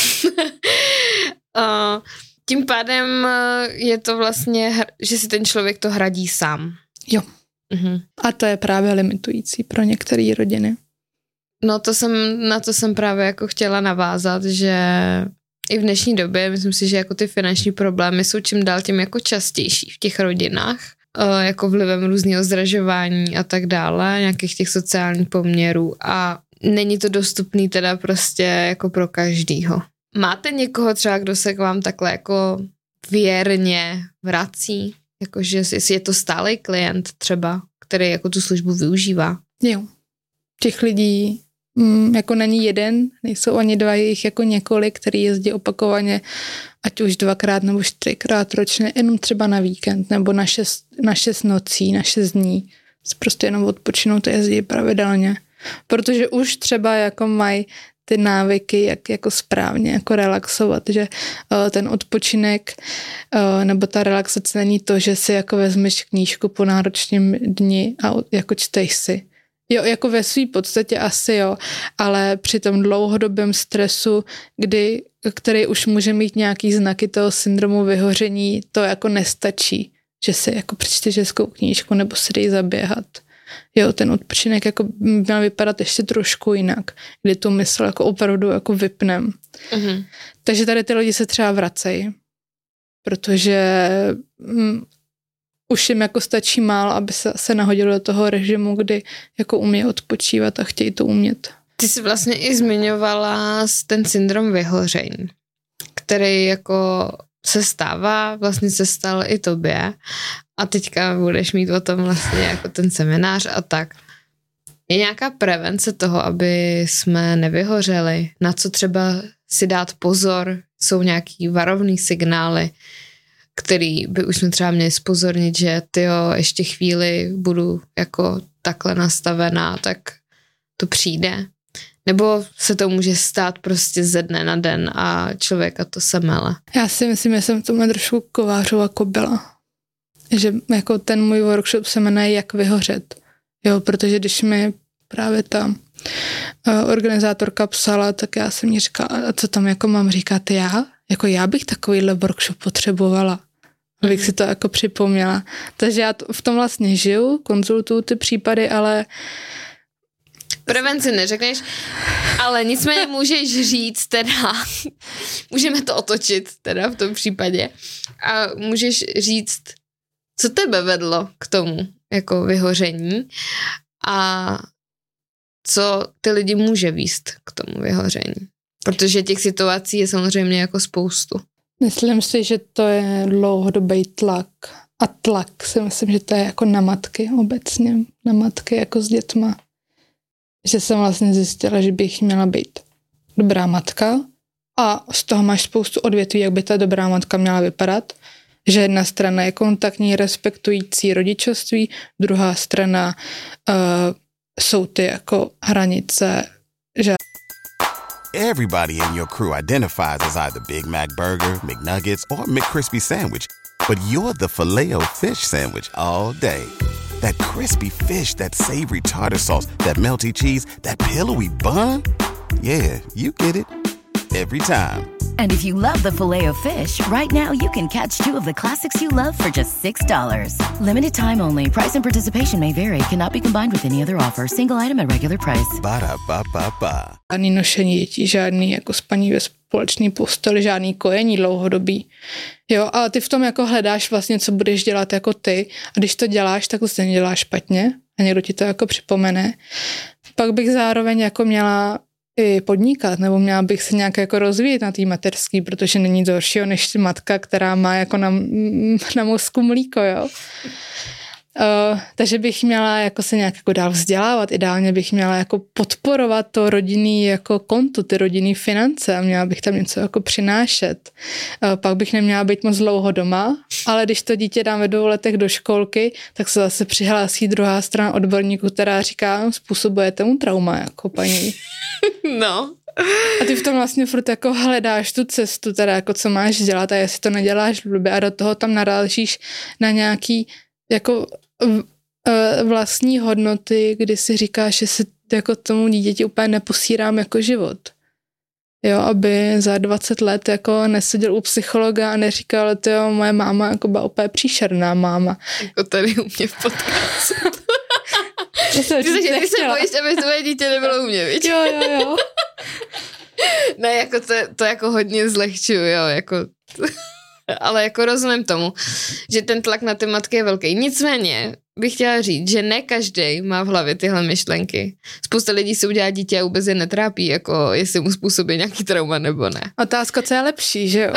tím pádem je to vlastně, že si ten člověk to hradí sám. Jo. Uh-huh. A to je právě limitující pro některé rodiny. No to jsem, na to jsem právě jako chtěla navázat, že i v dnešní době, myslím si, že jako ty finanční problémy jsou čím dál tím jako častější v těch rodinách, jako vlivem různého zdražování a tak dále, nějakých těch sociálních poměrů a není to dostupný teda prostě jako pro každýho. Máte někoho třeba, kdo se k vám takhle jako věrně vrací? Jakože jestli je to stálý klient třeba, který jako tu službu využívá? Jo. Těch lidí mm, jako není jeden, nejsou ani dva, jich jako několik, který jezdí opakovaně, ať už dvakrát nebo čtyřikrát ročně, jenom třeba na víkend nebo na šest, na šest nocí, na šest dní. Prostě jenom odpočinout a jezdí pravidelně. protože už třeba jako mají ty návyky, jak jako správně jako relaxovat, že uh, ten odpočinek uh, nebo ta relaxace není to, že si jako vezmeš knížku po náročném dni a jako čteš si. Jo, jako ve své podstatě asi jo, ale při tom dlouhodobém stresu, kdy, který už může mít nějaký znaky toho syndromu vyhoření, to jako nestačí, že si jako přečteš hezkou knížku nebo si dej zaběhat. Jo, ten odpočinek jako měl vypadat ještě trošku jinak, kdy tu mysl jako opravdu jako vypnem. Mm-hmm. Takže tady ty lidi se třeba vracejí, protože mm, už jim jako stačí málo, aby se, se nahodilo do toho režimu, kdy jako umí odpočívat a chtějí to umět. Ty jsi vlastně i zmiňovala ten syndrom vyhoření, který jako se stává, vlastně se stal i tobě a teďka budeš mít o tom vlastně jako ten seminář a tak. Je nějaká prevence toho, aby jsme nevyhořeli? Na co třeba si dát pozor? Jsou nějaký varovný signály, který by už jsme třeba měli zpozornit, že tyjo, ještě chvíli budu jako takhle nastavená, tak to přijde? Nebo se to může stát prostě ze dne na den a člověka to semele? Já si myslím, že jsem v tomhle trošku kovářová kobila. Že jako ten můj workshop se jmenuje Jak vyhořet. Jo, protože když mi právě ta uh, organizátorka psala, tak já jsem jí říkala, a co tam jako mám říkat já? Jako já bych takovýhle workshop potřebovala. Abych si to jako připomněla. Takže já to, v tom vlastně žiju, konzultuju ty případy, ale prevenci neřekneš, ale nicméně můžeš říct teda, můžeme to otočit teda v tom případě a můžeš říct, co tebe vedlo k tomu jako vyhoření a co ty lidi může vést k tomu vyhoření. Protože těch situací je samozřejmě jako spoustu. Myslím si, že to je dlouhodobý tlak. A tlak si myslím, že to je jako na matky obecně. Na matky jako s dětma. Že jsem vlastně zjistila, že bych měla být dobrá matka a z toho máš spoustu odvětví, jak by ta dobrá matka měla vypadat. Že jedna strana je kontaktní, respektující rodičovství, druhá strana uh, jsou ty jako hranice, že Everybody in your crew identifies as either Big Mac Burger, McNuggets, or McCrispy Sandwich. But you're the Filet-O-Fish Sandwich all day. That crispy fish, that savory tartar sauce, that melty cheese, that pillowy bun. Yeah, you get it. Every time. And if you love the Filet-O-Fish, right now you can catch two of the classics you love for just six dollars. Limited time only. Price and participation may vary. Cannot be combined with any other offer. Single item at regular price. Ba-da-ba-ba-ba. Žádný nošení dětí, žádný jako spaní ve společný posteli, žádný kojení dlouhodobý. Jo, a ty v tom jako hledáš vlastně, co budeš dělat jako ty. A když to děláš, tak to stejně děláš špatně a někdo ti to jako připomene. Pak bych zároveň jako měla i podnikat, nebo měla bych se nějak jako rozvíjet na té mateřský, protože není to horšího než matka, která má jako na, na mozku mlíko, jo. Uh, takže bych měla jako se nějak jako dál vzdělávat, ideálně bych měla jako podporovat to rodinný jako konto, ty rodinný finance a měla bych tam něco jako přinášet. Uh, pak bych neměla být moc dlouho doma, ale když to dítě dám ve dvou letech do školky, tak se zase přihlásí druhá strana odborníků, která říká, způsobujete mu trauma, jako paní. No. A ty v tom vlastně furt jako hledáš tu cestu, teda jako co máš dělat a jestli to neděláš blbě a do toho tam narážíš na nějaký jako vlastní hodnoty, kdy si říkáš, že si jako tomu dítěti úplně neposírám jako život. Jo, aby za dvacet let jako neseděl u psychologa a neříkal, že moje máma jako byla úplně příšerná máma. Jako tady u mě v podcastu. Ty se, ty se bojíš, aby tvoje dítě nebylo u mě, viď? Jo, jo, jo. Ne, jako to, to jako hodně zlehčuju, jo, jako... Ale jako rozumím tomu, že ten tlak na ty matky je velký. Nicméně bych chtěla říct, že ne každý má v hlavě tyhle myšlenky. Spousta lidí si udělá dítě a vůbec je netrápí, jako jestli mu způsobí nějaký trauma nebo ne. Otázka, co je lepší, že jo?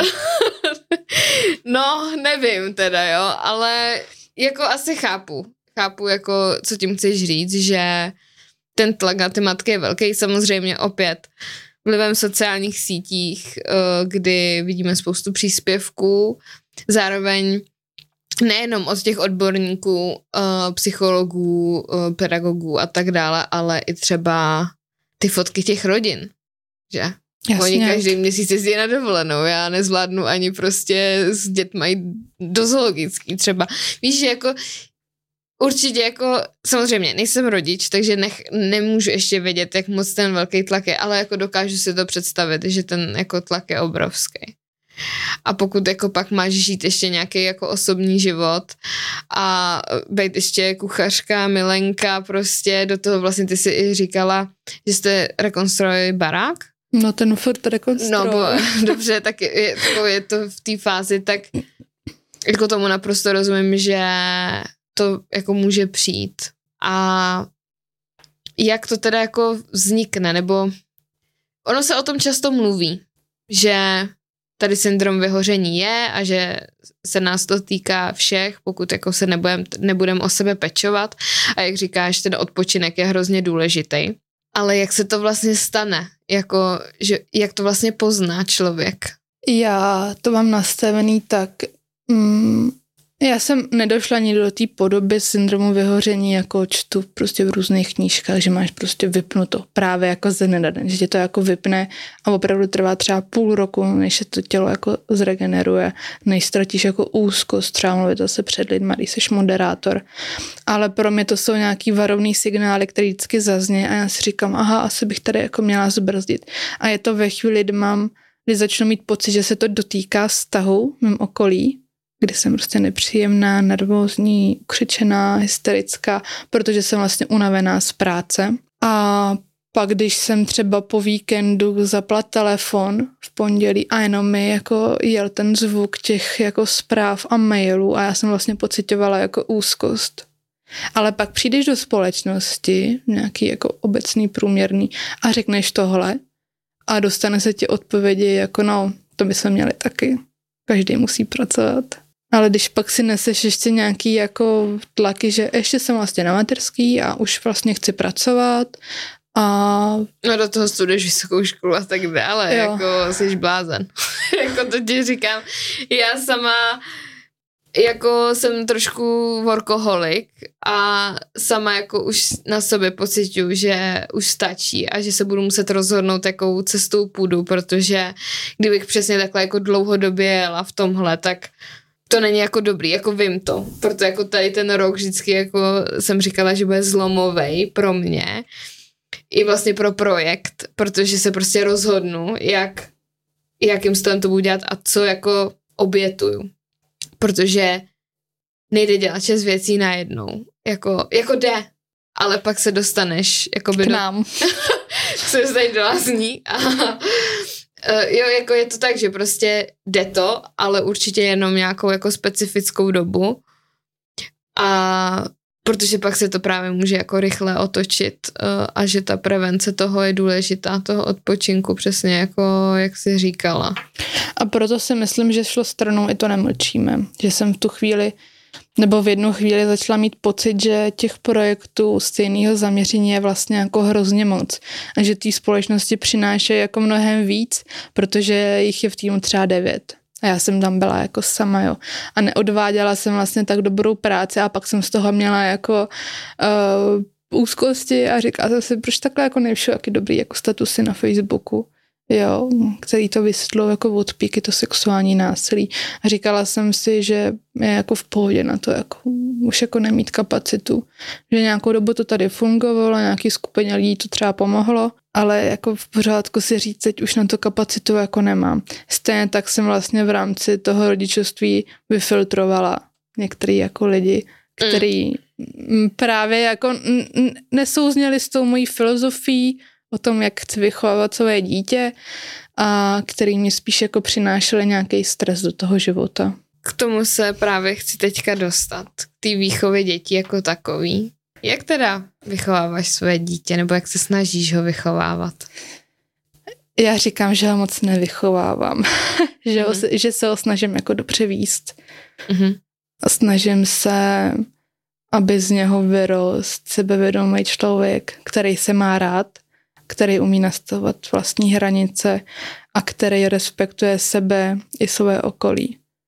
No, nevím teda, jo, ale jako asi chápu. Chápu, jako, co tím chceš říct, že ten tlak na ty matky je velký. Samozřejmě opět vlivem sociálních sítích, kdy vidíme spoustu příspěvků. Zároveň nejenom od těch odborníků, uh, psychologů, uh, pedagogů a tak dále, ale i třeba ty fotky těch rodin, že? Jasně. Oni každý měsíc jezdí na dovolenou, já nezvládnu ani prostě s dětma jít do zoologický třeba. Víš, že jako určitě jako, samozřejmě nejsem rodič, takže nech, nemůžu ještě vědět, jak moc ten velký tlak je, ale jako dokážu si to představit, že ten jako tlak je obrovský. A pokud jako pak máš žít ještě nějaký jako osobní život a být ještě kuchařka, milenka, prostě do toho vlastně ty si i říkala, že jste rekonstruovali barák? No ten furt rekonstruoval. No bo, dobře, tak je, je to v té fázi, tak jako tomu naprosto rozumím, že to jako může přijít. A jak to teda jako vznikne, nebo ono se o tom často mluví, že tady syndrom vyhoření je a že se nás to týká všech, pokud jako se nebudem, nebudem o sebe pečovat a jak říkáš, ten odpočinek je hrozně důležitý. Ale jak se to vlastně stane? Jako, že, jak to vlastně pozná člověk? Já to mám nastavený tak, mm, já jsem nedošla nikdy do té podoby syndromu vyhoření, jako čtu prostě v různých knížkách, že máš prostě vypnuto právě jako ze dne na den, že tě to jako vypne a opravdu trvá třeba půl roku, než se to tělo jako zregeneruje, než ztratíš jako úzkost, třeba mluvit zase před lidma, když jsi moderátor. Ale pro mě to jsou nějaký varovný signály, které vždycky zazní a já si říkám, aha, asi bych tady jako měla zbrzdit. A je to ve chvíli, kdy mám, kdy začnu mít pocit, že se to dotýká vztahu mým okolí, kdy jsem prostě nepříjemná, nervózní, ukřičená, hysterická, protože jsem vlastně unavená z práce. A pak, když jsem třeba po víkendu zapla telefon v pondělí a jenom mi jako jel ten zvuk těch jako zpráv a mailů a já jsem vlastně pocitovala jako úzkost. Ale pak přijdeš do společnosti, nějaký jako obecný, průměrný a řekneš tohle a dostane se ti odpovědi jako no, to by jsme měli taky. Každý musí pracovat. Ale když pak si neseš ještě nějaký jako tlaky, že ještě jsem vlastně na mateřský a už vlastně chci pracovat a... No do toho studuješ vysokou školu a tak dále, jo. Jako jsi blázen. Jako to ti říkám. Já sama jako jsem trošku workoholik a sama jako už na sobě pociťuju, že už stačí a že se budu muset rozhodnout, jakou cestou půjdu, protože kdybych přesně takhle jako dlouhodobě jela v tomhle, tak to není jako dobrý, jako vím to, proto jako tady ten rok vždycky jako jsem říkala, že bude zlomovej pro mě i vlastně pro projekt, protože se prostě rozhodnu, jak, jakým stylem to budu dělat a co jako obětuju, protože nejde dělat šest věcí najednou, jako, jako jde, ale pak se dostaneš jakoby k nám. se dostaneš do lázní a Uh, jo, jako je to tak, že prostě jde to, ale určitě jenom nějakou jako specifickou dobu a protože pak se to právě může jako rychle otočit uh, a že ta prevence toho je důležitá, toho odpočinku, přesně jako jak jsi říkala. A proto si myslím, že šlo stranou i to nemlčíme, že jsem v tu chvíli nebo v jednu chvíli začala mít pocit, že těch projektů stejného zaměření je vlastně jako hrozně moc a že té společnosti přinášejí jako mnohem víc, protože jich je v týmu třeba devět. A já jsem tam byla jako sama, jo. A neodváděla jsem vlastně tak dobrou práci a pak jsem z toho měla jako uh, úzkosti a říkala jsem si, proč takhle jako nevšu, jaký dobrý jako statusy na Facebooku. Jo, který to vysvětlou jako odpíky, to sexuální násilí. A říkala jsem si, že je jako v pohodě na to, jako už jako nemít kapacitu. Že nějakou dobu to tady fungovalo, nějaký skupině lidí to třeba pomohlo, ale jako v pořádku si říct, teď už na to kapacitu jako nemám. Stejně tak jsem vlastně v rámci toho rodičovství vyfiltrovala některý jako lidi, který mm. právě jako nesouzněli s tou mojí filozofií o tom, jak chci vychovávat své dítě a který mě spíš jako přinášely nějaký stres do toho života. K tomu se právě chci teďka dostat, k té výchově dětí jako takový. Jak teda vychováváš své dítě, nebo jak se snažíš ho vychovávat? Já říkám, že ho moc nevychovávám, že, mm. ho, že se ho snažím jako dobře vést. Mm. A snažím se, aby z něho vyrost sebevědomý člověk, který se má rád, který umí nastavovat vlastní hranice a který respektuje sebe i své okolí.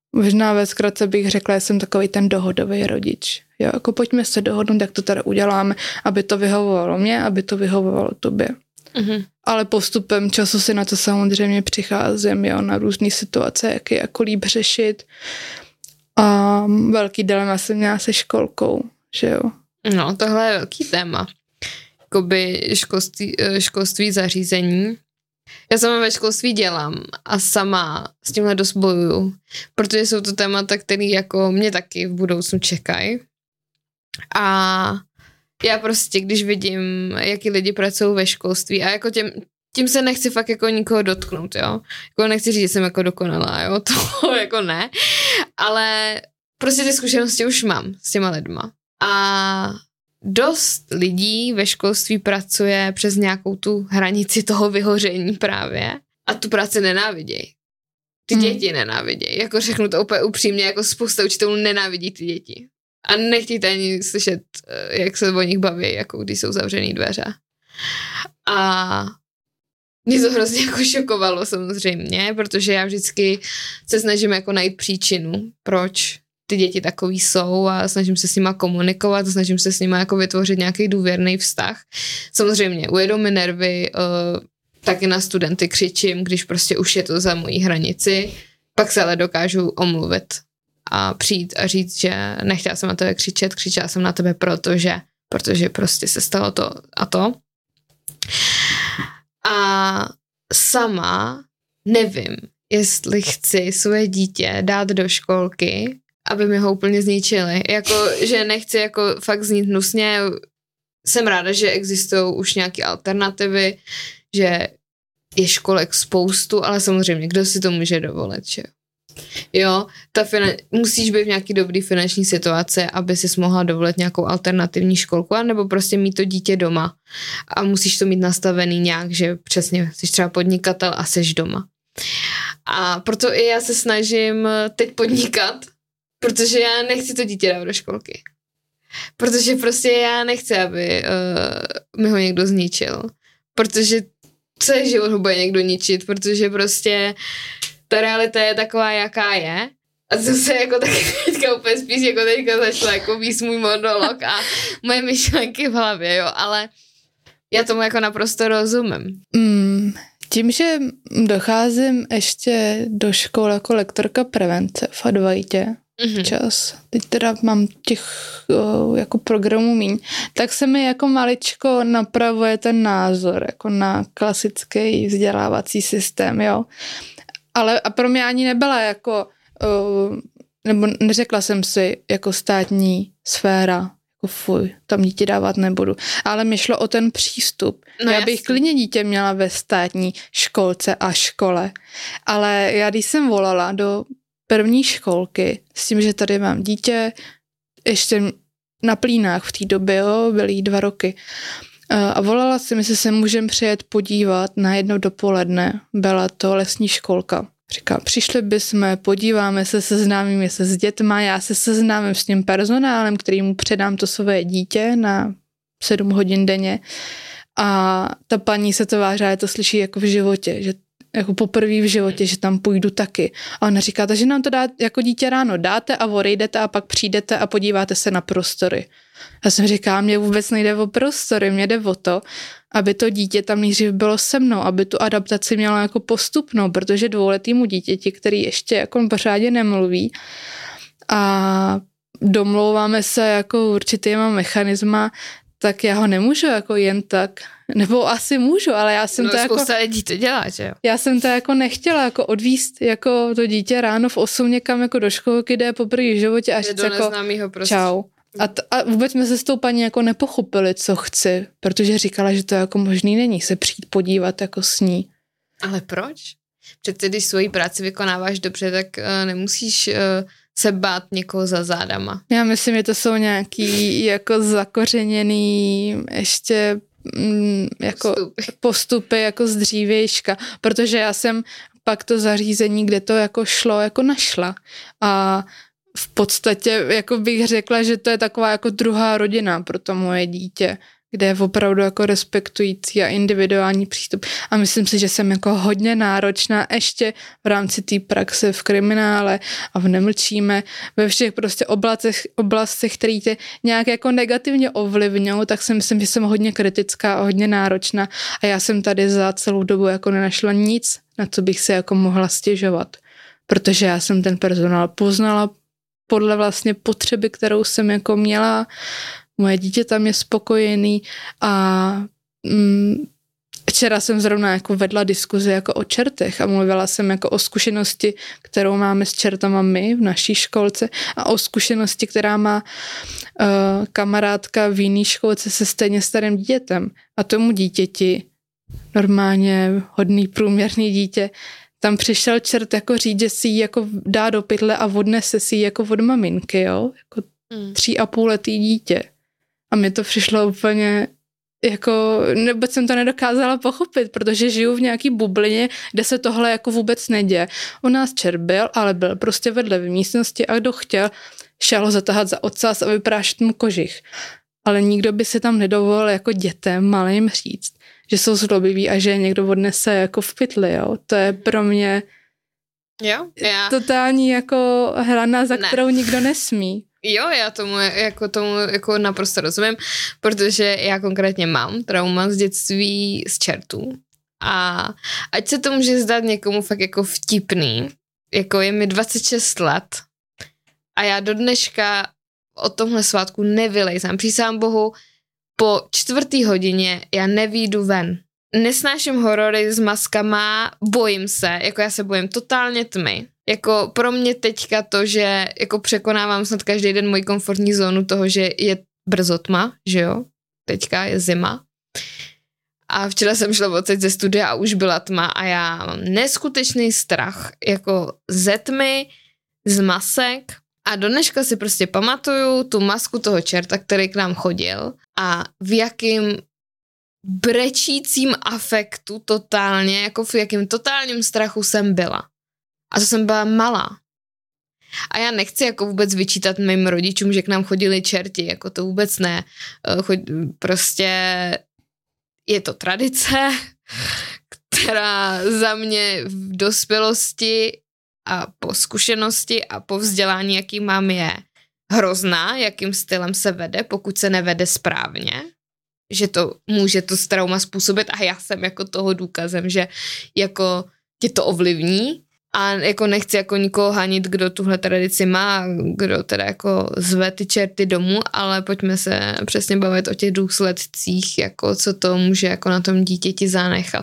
Možná ve zkratce bych řekla, že jsem takový ten dohodový rodič. Jo, jako pojďme se dohodnout, jak to teda uděláme, aby to vyhovovalo mě, aby to vyhovovalo tobě. Mm-hmm. Ale postupem času si na to samozřejmě přicházím, jo, na různé situace, jak je jako líp řešit. A velký dilema jsem měla se školkou, že jo. No, tohle je velký téma. Jakoby školství, školství zařízení. Já sama ve školství dělám a sama s tímhle dost bojuju, protože jsou to témata, které jako mě taky v budoucnu čekají. A já prostě, když vidím, jaký lidi pracují ve školství a jako těm, tím se nechci fakt jako nikoho dotknout, jo. Jako nechci říct, že jsem jako dokonalá, jo, to jako ne, ale prostě ty zkušenosti už mám s těma lidma. A dost lidí ve školství pracuje přes nějakou tu hranici toho vyhoření právě a tu práci nenávidějí. Ty hmm. děti nenávidějí. Jako řeknu to úplně upřímně, jako spousta učitelů nenávidí ty děti. A nechtějte ani slyšet, jak se o nich baví, jako když jsou zavřený dveře. A mě to hrozně jako šokovalo samozřejmě, protože já vždycky se snažím jako najít příčinu, proč ty děti takový jsou a snažím se s nima komunikovat, snažím se s nima jako vytvořit nějaký důvěrný vztah. Samozřejmě ujedou mi nervy, uh, taky na studenty křičím, když prostě už je to za mojí hranici, pak se ale dokážu omluvit a přijít a říct, že nechtěla jsem na tebe křičet, křičela jsem na tebe protože, protože prostě se stalo to a to. A sama nevím, jestli chci svoje dítě dát do školky, aby mi ho úplně zničili. Jako, že nechci jako fakt znít hnusně. Jsem ráda, že existují už nějaké alternativy, že je školek spoustu, ale samozřejmě, kdo si to může dovolit, že jo, ta finan- musíš být v nějaký dobrý finanční situaci, aby si mohla dovolit nějakou alternativní školku, anebo prostě mít to dítě doma. A musíš to mít nastavený nějak, že přesně jsi třeba podnikatel a seš doma. A proto i já se snažím teď podnikat, protože já nechci to dítě dát do školky. Protože prostě já nechci, aby uh, mi ho někdo zničil. Protože celý život ho bude někdo ničit, protože prostě ta realita je taková, jaká je. A to se jako taky teďka úplně spíš jako teďka začala jako víc můj monolog a moje myšlenky v hlavě, jo, ale já tomu jako naprosto rozumím. Mm, tím, že docházím ještě do školy jako lektorka prevence v Advaitě, mm-hmm. čas. Teď teda mám těch o, jako programů míň, tak se mi jako maličko napravuje ten názor jako na klasický vzdělávací systém, jo. Ale a pro mě ani nebyla jako, o, nebo neřekla jsem si jako státní sféra, jako fuj, tam dítě dávat nebudu. Ale mi šlo o ten přístup. No já bych jasný. klidně dítě měla ve státní školce a škole. Ale já když jsem volala do první školky s tím, že tady mám dítě, ještě na Plínách v té době, jo, byly jí dva roky. A volala jsem, jestli se můžem přijet podívat na jedno dopoledne. Byla to lesní školka. Říká, přišli bychom, podíváme se, seznámíme se s dětma, já se seznámím s tím personálem, kterýmu předám to své dítě na sedm hodin denně. A ta paní se to vážá, to slyší jako v životě, že jako poprvé v životě, že tam půjdu taky. A ona říká, takže nám to dá jako dítě ráno dáte a odejdete a pak přijdete a podíváte se na prostory. Já jsem říkala, mě vůbec nejde o prostory, mě jde o to, aby to dítě tam nejdřív bylo se mnou, aby tu adaptaci měla jako postupnou, protože dvouletýmu dítěti, který ještě jako pořádně nemluví a domlouváme se jako určitýma mechanisma, tak já ho nemůžu jako jen tak, nebo asi můžu, ale já jsem no, to jako... spousta lidí to dělá, že jo? Já jsem to jako nechtěla jako odvízt jako to dítě ráno v osm někam jako do školky, jde poprvé v životě a říct jako prostě. čau. A, t- a vůbec jsme se s tou paní jako nepochopili, co chci, protože říkala, že to jako možný není se přijít podívat jako s ní. Ale proč? Přece když svoji práci vykonáváš dobře, tak uh, nemusíš uh, se bát někoho za zádama. Já myslím, že to jsou nějaký jako zakořeněný ještě mm, jako postupy. postupy jako z dřívějška, protože já jsem pak to zařízení, kde to jako šlo, jako našla. A v podstatě jako bych řekla, že to je taková jako druhá rodina pro to moje dítě, kde je opravdu jako respektující a individuální přístup. A myslím si, že jsem jako hodně náročná ještě v rámci té praxe v kriminále a v Nemlčíme, ve všech prostě oblastech, oblastech, které tě nějak jako negativně ovlivňují, tak si myslím, že jsem hodně kritická a hodně náročná a já jsem tady za celou dobu jako nenašla nic, na co bych si jako mohla stěžovat. Protože já jsem ten personál poznala podle vlastně potřeby, kterou jsem jako měla. Moje dítě tam je spokojený a mm, včera jsem zrovna jako vedla diskuzi jako o čertech a mluvila jsem jako o zkušenosti, kterou máme s čertama my v naší školce a o zkušenosti, která má uh, kamarádka v jiný školce se stejně starým dítětem. A tomu dítěti, normálně hodný průměrný dítě, tam přišel čert jako říct, že si ji jako dá do pytle a odnese si ji jako od maminky, jo? Jako mm. tří a půl letý dítě. A mi to přišlo úplně jako, nebo jsem to nedokázala pochopit, protože žiju v nějaký bublině, kde se tohle jako vůbec neděje. U nás čert byl, ale byl prostě vedle v místnosti a kdo chtěl, šel ho zatahat za ocas a vyprášet mu kožich. Ale nikdo by si tam nedovolil jako dětem malým říct, že jsou zlobiví a že je někdo odnese jako v pytli, jo. To je pro mě jo, já... totální jako hrana, za ne. kterou nikdo nesmí. Jo, já tomu jako, tomu jako naprosto rozumím, protože já konkrétně mám trauma z dětství z čertů. A ať se to může zdát někomu fakt jako vtipný, jako je mi dvacet šest let a já do dneška o tomhle svátku nevylejzám. Přísahám Bohu, po čtvrtý hodině já nevyjdu ven. Nesnáším horory s maskama, bojím se, jako já se bojím totálně tmy. Jako pro mě teďka to, že jako překonávám snad každý den moji komfortní zónu toho, že je brzo tma, že jo, teďka je zima. A včera jsem šla odsaď ze studia a už byla tma a já mám neskutečný strach jako ze tmy, z masek a do dneška si prostě pamatuju tu masku toho čerta, který k nám chodil a v jakým brečícím afektu totálně, jako v jakým totálním strachu jsem byla. A to jsem byla malá. A já nechci jako vůbec vyčítat mým rodičům, že k nám chodili čerti, jako to vůbec ne. Prostě je to tradice, která za mě v dospělosti a po zkušenosti a po vzdělání, jaký mám, je hrozná, jakým stylem se vede, pokud se nevede správně, že to může to trauma způsobit a já jsem jako toho důkazem, že jako tě to ovlivní a jako nechci jako nikoho hanit, kdo tuhle tradici má, kdo teda jako zve ty čerty domů, ale pojďme se přesně bavit o těch důsledcích, jako co to může jako na tom dítěti zanechat.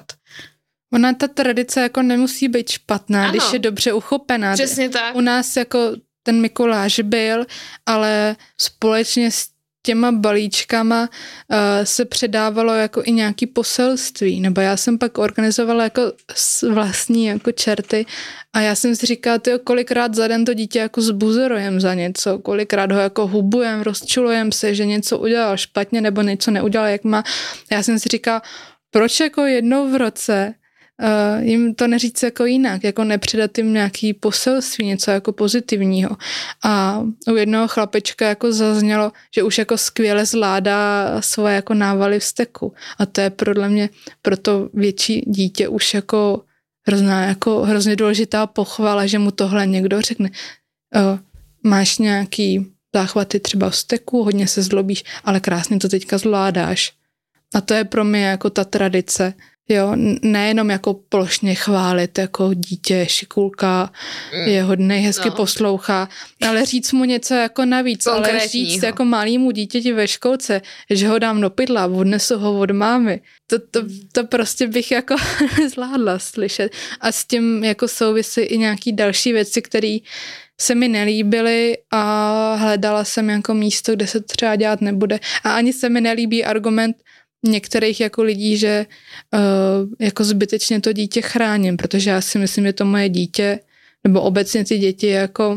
Ona ta tradice jako nemusí být špatná, ano, když je dobře uchopená. Přesně tak. U nás jako ten Mikuláš byl, ale společně s těma balíčkama uh, se předávalo jako i nějaký poselství, nebo já jsem pak organizovala jako vlastní jako čerty a já jsem si říkala, tyjo, kolikrát za den to dítě jako zbuzerujem za něco, kolikrát ho jako hubujem, rozčulujem se, že něco udělal špatně nebo něco neudělal, jak má. Já jsem si říkala, proč jako jednou v roce Uh, jim to neříct jako jinak, jako nepředat jim nějaký poselství, něco jako pozitivního. A u jednoho chlapečka jako zaznělo, že už jako skvěle zvládá svoje jako návaly vzteku. A to je podle mě pro to větší dítě už jako hrozná, jako hrozně důležitá pochvala, že mu tohle někdo řekne. Uh, máš nějaký záchvaty třeba vzteku, hodně se zlobíš, ale krásně to teďka zvládáš. A to je pro mě jako ta tradice. Jo, nejenom jako plošně chválit, jako dítě, šikulka, je hodnej, hezky no. poslouchá, ale říct mu něco jako navíc, ale říct jako malýmu dítěti ve školce, že ho dám do pytla, odnesu ho od mámy, to, to, to prostě bych jako zvládla slyšet. A s tím jako souvisí i nějaký další věci, které se mi nelíbily a hledala jsem jako místo, kde se to třeba dělat nebude. A ani se mi nelíbí argument některých jako lidí, že uh, jako zbytečně to dítě chráním, protože já si myslím, že to moje dítě, nebo obecně ty děti jako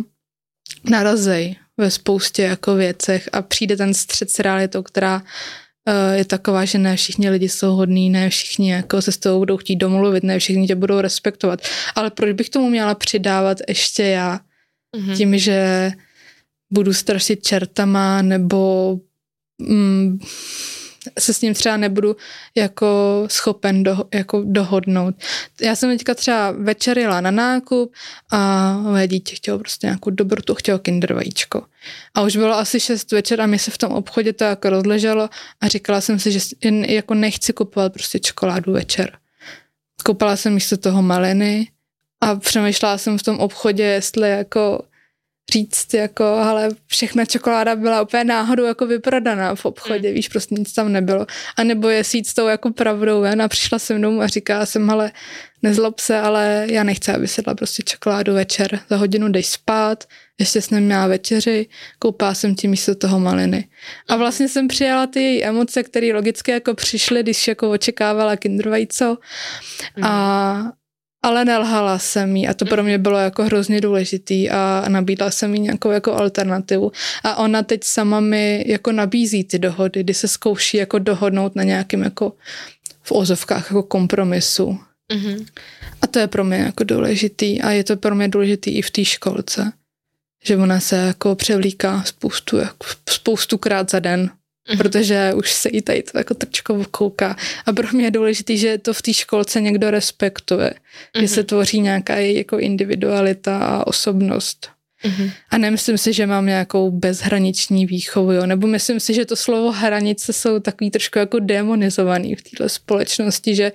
narazej ve spoustě jako věcech a přijde ten střet s realitou, která uh, je taková, že ne všichni lidi jsou hodní, ne všichni jako se s tebou budou chtít domluvit, ne všichni tě budou respektovat. Ale proč bych tomu měla přidávat ještě já? Mm-hmm. Tím, že budu strašit čertama, nebo mm, se s ním třeba nebudu jako schopen do, jako dohodnout. Já jsem teďka třeba večer jela na nákup a moje dítě chtělo prostě nějakou dobrotu, chtělo kinder vajíčko. A už bylo asi šest večer a mi se v tom obchodě to jako rozleželo a říkala jsem si, že jako nechci kupovat prostě čokoládu večer. Koupila jsem místo toho maliny a přemýšlela jsem v tom obchodě, jestli jako říct, jako, ale všechna čokoláda byla úplně náhodou jako vyprodaná v obchodě, mm. víš, prostě nic tam nebylo. A nebo je jít s tou jako pravdou ven a přišla se mnou a říkala jsem, ale nezlob se, ale já nechci, aby si dala prostě čokoládu večer. Za hodinu jdeš spát, ještě jsem neměla večeři, koupala jsem ti místo toho maliny. A vlastně jsem přijala ty její emoce, které logicky jako přišly, když jako očekávala kinder vajíčko. Mm. A ale nelhala jsem jí a to pro mě bylo jako hrozně důležitý a nabídla jsem jí nějakou jako alternativu. A ona teď sama mi jako nabízí ty dohody, kdy se zkouší jako dohodnout na nějakým jako v ozovkách jako kompromisu. Mm-hmm. A to je pro mě jako důležitý a je to pro mě důležitý i v té školce, že ona se jako převlíká spoustu, jako spoustu krát za den. Mm-hmm. Protože už se jí tady to jako trčkovo kouká. A pro mě je důležitý, že to v té školce někdo respektuje. Mm-hmm. Že se tvoří nějaká jako individualita a osobnost. Mm-hmm. A nemyslím si, že mám nějakou bezhraniční výchovu, jo? Nebo myslím si, že to slovo hranice jsou takový trošku jako demonizovaný v této společnosti, že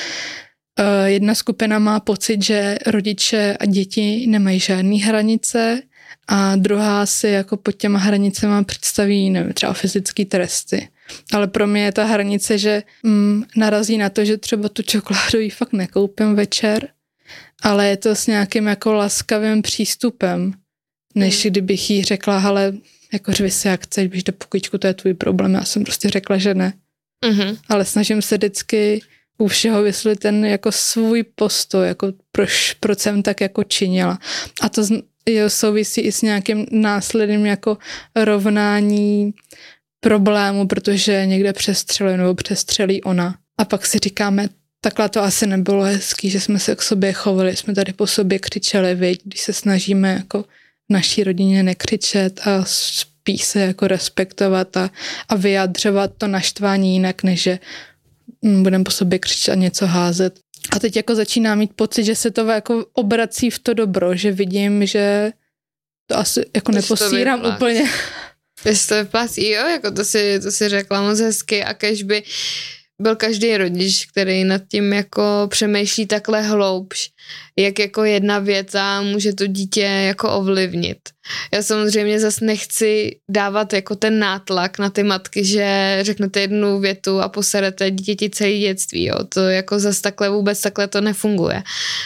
uh, jedna skupina má pocit, že rodiče a děti nemají žádný hranice a druhá si jako pod těma hranicema představí, nevím, třeba fyzické tresty. Ale pro mě je ta hranice, že mm, narazí na to, že třeba tu čokoládu jí fakt nekoupím večer, ale je to s nějakým jako laskavým přístupem, než mm. kdybych jí řekla, hele, jako řvi se jak chceš, běž do pokojíčku, to je tvůj problém. Já jsem prostě řekla, že ne. Mm-hmm. Ale snažím se vždycky u všeho vysvětlit ten jako svůj postoj, jako proč, proč jsem tak jako činila. A to jo, souvisí i s nějakým následným jako rovnání problému, protože někde přestřeluje nebo přestřelí ona. A pak si říkáme, takhle to asi nebylo hezký, že jsme se k sobě chovali, jsme tady po sobě křičeli, viď, když se snažíme jako v naší rodině nekřičet a spíš se jako respektovat a, a vyjadřovat to naštvání jinak, než že budeme po sobě křičet a něco házet. A teď jako začíná mít pocit, že se to jako obrací v to dobro, že vidím, že to asi jako to neposírám to úplně. Jestli to vyplácí, jo, jako to si, to si řekla moc hezky a kež by byl každý rodič, který nad tím jako přemýšlí takhle hloubš, jak jako jedna věta může to dítě jako ovlivnit. Já samozřejmě zase nechci dávat jako ten nátlak na ty matky, že řeknete jednu větu a poserete dítěti celé dětství, jo. To jako zase takhle vůbec takhle to nefunguje.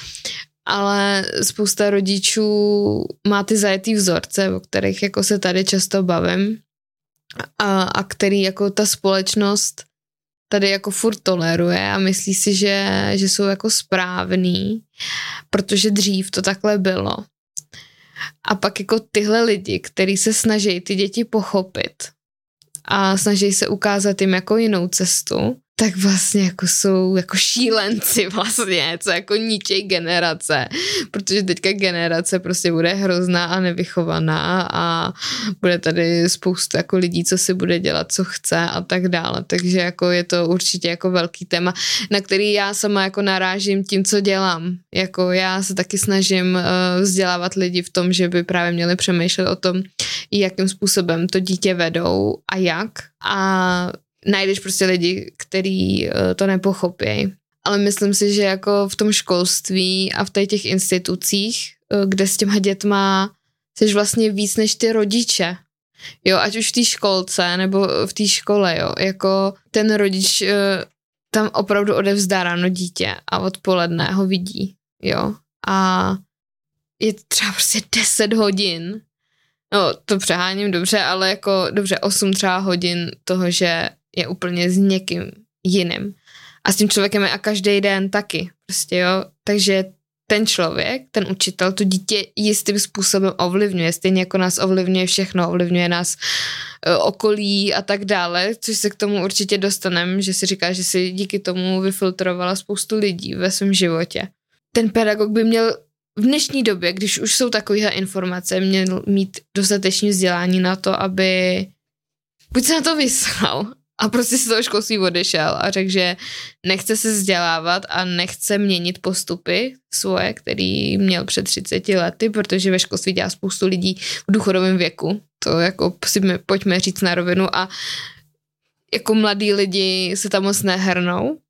Ale spousta rodičů má ty zajetý vzorce, o kterých jako se tady často bavím a, a který jako ta společnost tady jako furt toleruje a myslí si, že, že jsou jako správný, protože dřív to takhle bylo. A pak jako tyhle lidi, kteří se snaží ty děti pochopit a snaží se ukázat jim jako jinou cestu, tak vlastně jako jsou jako šílenci vlastně, co jako ničej generace, protože teďka generace prostě bude hrozná a nevychovaná a bude tady spoustu jako lidí, co si bude dělat, co chce a tak dále, takže jako je to určitě jako velký téma, na který já sama jako narážím tím, co dělám, jako já se taky snažím uh, vzdělávat lidi v tom, že by právě měli přemýšlet o tom, jakým způsobem to dítě vedou a jak a najdeš prostě lidi, kteří to nepochopí. Ale myslím si, že jako v tom školství a v těch institucích, kde s těma dětma jsi vlastně víc než ty rodiče. Jo, ať už v té školce nebo v té škole, jo, jako ten rodič tam opravdu odevzdá ráno dítě a odpoledne ho vidí, jo. A je třeba prostě deset hodin, no to přeháním dobře, ale jako dobře osm třeba hodin toho, že je úplně s někým jiným. A s tím člověkem je a každý den taky. Prostě jo. Takže ten člověk, ten učitel, to dítě jistým způsobem ovlivňuje. Stejně jako nás ovlivňuje všechno. Ovlivňuje nás uh, okolí a tak dále. Což se k tomu určitě dostaneme, že si říká, že si díky tomu vyfiltrovala spoustu lidí ve svém životě. Ten pedagog by měl v dnešní době, když už jsou takovéhle informace, měl mít dostatečné vzdělání na to, aby buď se na to vyslal, a prostě z toho školství odešel a řekl, že nechce se vzdělávat a nechce měnit postupy svoje, který měl před třiceti lety, protože ve školství dělá spoustu lidí v důchodovém věku. To jako si pojďme říct na rovinu a jako mladí lidi se tam moc nehrnou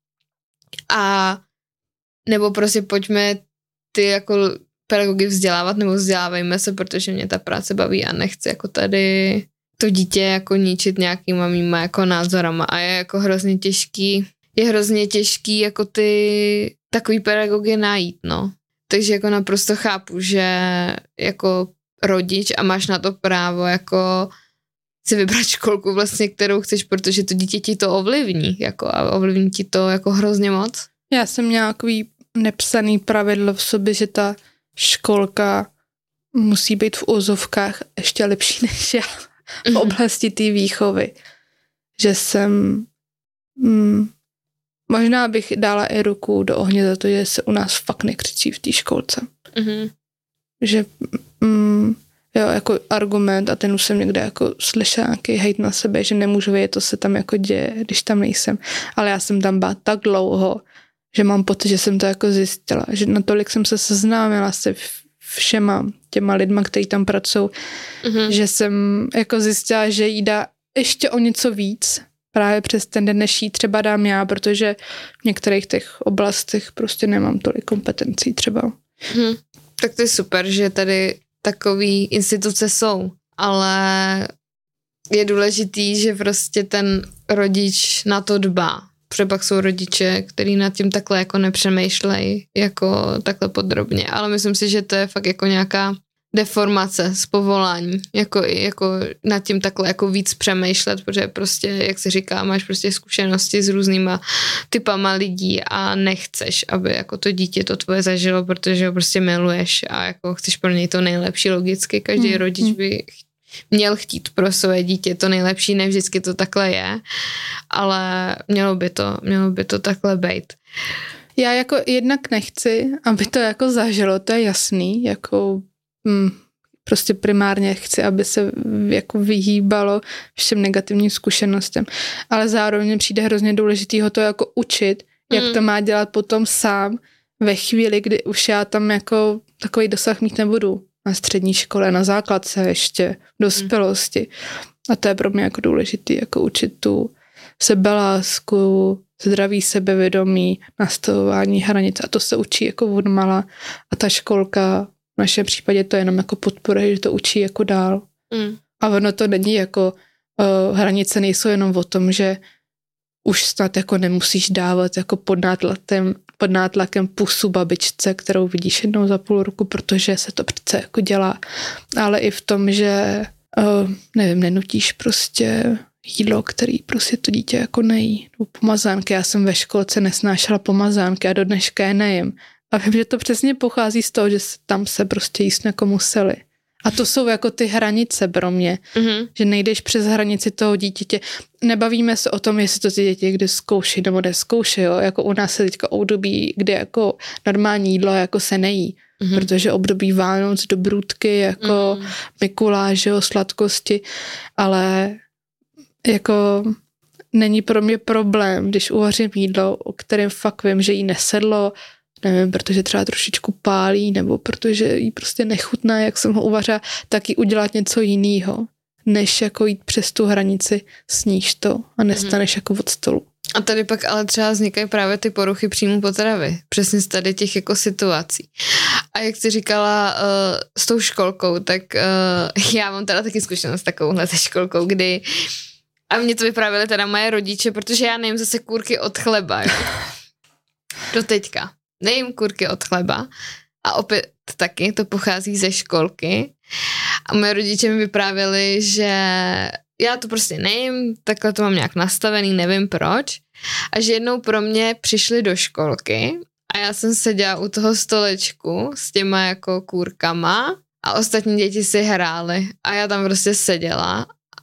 a nebo prostě pojďme ty jako pedagogy vzdělávat nebo vzdělávejme se, protože mě ta práce baví a nechci jako tady to dítě jako ničit nějakýma mýma jako názorama a je jako hrozně těžký, je hrozně těžký jako ty takový pedagogy najít, no. Takže jako naprosto chápu, že jako rodič a máš na to právo jako si vybrat školku vlastně, kterou chceš, protože to dítě ti to ovlivní, jako a ovlivní ti to jako hrozně moc. Já jsem měla takový nepsaný pravidlo v sobě, že ta školka musí být v úzovkách ještě lepší než já v oblasti té výchovy. Že jsem mm, možná bych dala i ruku do ohně za to, že se u nás fakt nekřičí v té školce. Mm-hmm. Že mm, jo, jako argument a ten už jsem někde jako slyšela nějaký hejt na sebe, že nemůžu vědět, to se tam jako děje, když tam nejsem. Ale já jsem tam byla tak dlouho, že mám pocit, že jsem to jako zjistila, že natolik jsem se seznámila se všema těma lidma, kteří tam pracují, mm-hmm. že jsem jako zjistila, že jí dá ještě o něco víc, právě přes ten den, než jí třeba dám já, protože v některých těch oblastech prostě nemám tolik kompetencí třeba. Mm. Tak to je super, že tady takový instituce jsou, ale je důležitý, že prostě ten rodič na to dbá. Protože pak jsou rodiče, kteří nad tím takhle jako nepřemýšlejí jako takhle podrobně, ale myslím si, že to je fakt jako nějaká deformace z povolání, jako, jako nad tím takhle jako víc přemýšlet, protože prostě, jak se říká, máš prostě zkušenosti s různýma typama lidí a nechceš, aby jako to dítě to tvoje zažilo, protože ho prostě miluješ a jako chceš pro něj to nejlepší logicky, každý mm. rodič by měl chtít pro své dítě to nejlepší, ne vždycky to takhle je, ale mělo by to, mělo by to takhle být. Já jako jednak nechci, aby to jako zažilo, to je jasný, jako hm, prostě primárně chci, aby se jako vyhýbalo všem negativním zkušenostem, ale zároveň přijde hrozně důležitý ho to jako učit, jak mm. to má dělat potom sám ve chvíli, kdy už já tam jako takový dosah mít nebudu. Na střední škole, na základce ještě, v dospělosti. A to je pro mě jako důležitý, jako učit tu sebelásku, zdravý sebevědomí, nastavování hranic. A to se učí jako od mala. A ta školka, v našem případě to jenom jako podporuje, že to učí jako dál. Mm. A ono to není jako, uh, hranice nejsou jenom o tom, že už snad jako nemusíš dávat jako pod nátlakem, pod nátlakem pusu babičce, kterou vidíš jednou za půl roku, protože se to přece jako dělá. Ale i v tom, že uh, nevím, nenutíš prostě jídlo, který prostě to dítě jako nejí. Nebo pomazánky. Já jsem ve školce nesnášela pomazánky a do dneška je nejím. A vím, že to přesně pochází z toho, že tam se prostě jíst jako museli. A to jsou jako ty hranice pro mě, mm-hmm. že nejdeš přes hranici toho dítěte. Nebavíme se o tom, jestli to ty děti kde zkouší nebo nezkouší, jo. Jako u nás se teďka období, kde jako normální jídlo jako se nejí, mm-hmm. protože období Vánoc, dobrůdky, jako mm-hmm. Mikuláš, jo, sladkosti, ale jako není pro mě problém, když uvařím jídlo, o kterém fakt vím, že jí nesedlo, nevím, protože třeba trošičku pálí, nebo protože jí prostě nechutná, jak jsem ho uvařila, tak jí udělat něco jiného, než jako jít přes tu hranici, sníš to a nestaneš mm. jako od stolu. A tady pak ale třeba vznikají právě ty poruchy příjmu potravy. Přesně z tady těch jako situací. A jak jsi říkala uh, s tou školkou, tak uh, já mám teda taky zkušenost s takovouhle se školkou, kdy a mě to vyprávěly teda moje rodiče, protože já nejím zase kůrky od chleba. Jo. Do teďka. Nejím kůrky od chleba a opět taky to pochází ze školky a moje rodiče mi vyprávěli, že já to prostě nejím, takhle to mám nějak nastavený, nevím proč a že jednou pro mě přišli do školky a já jsem seděla u toho stolečku s těma jako kůrkama a ostatní děti si hrály a já tam prostě seděla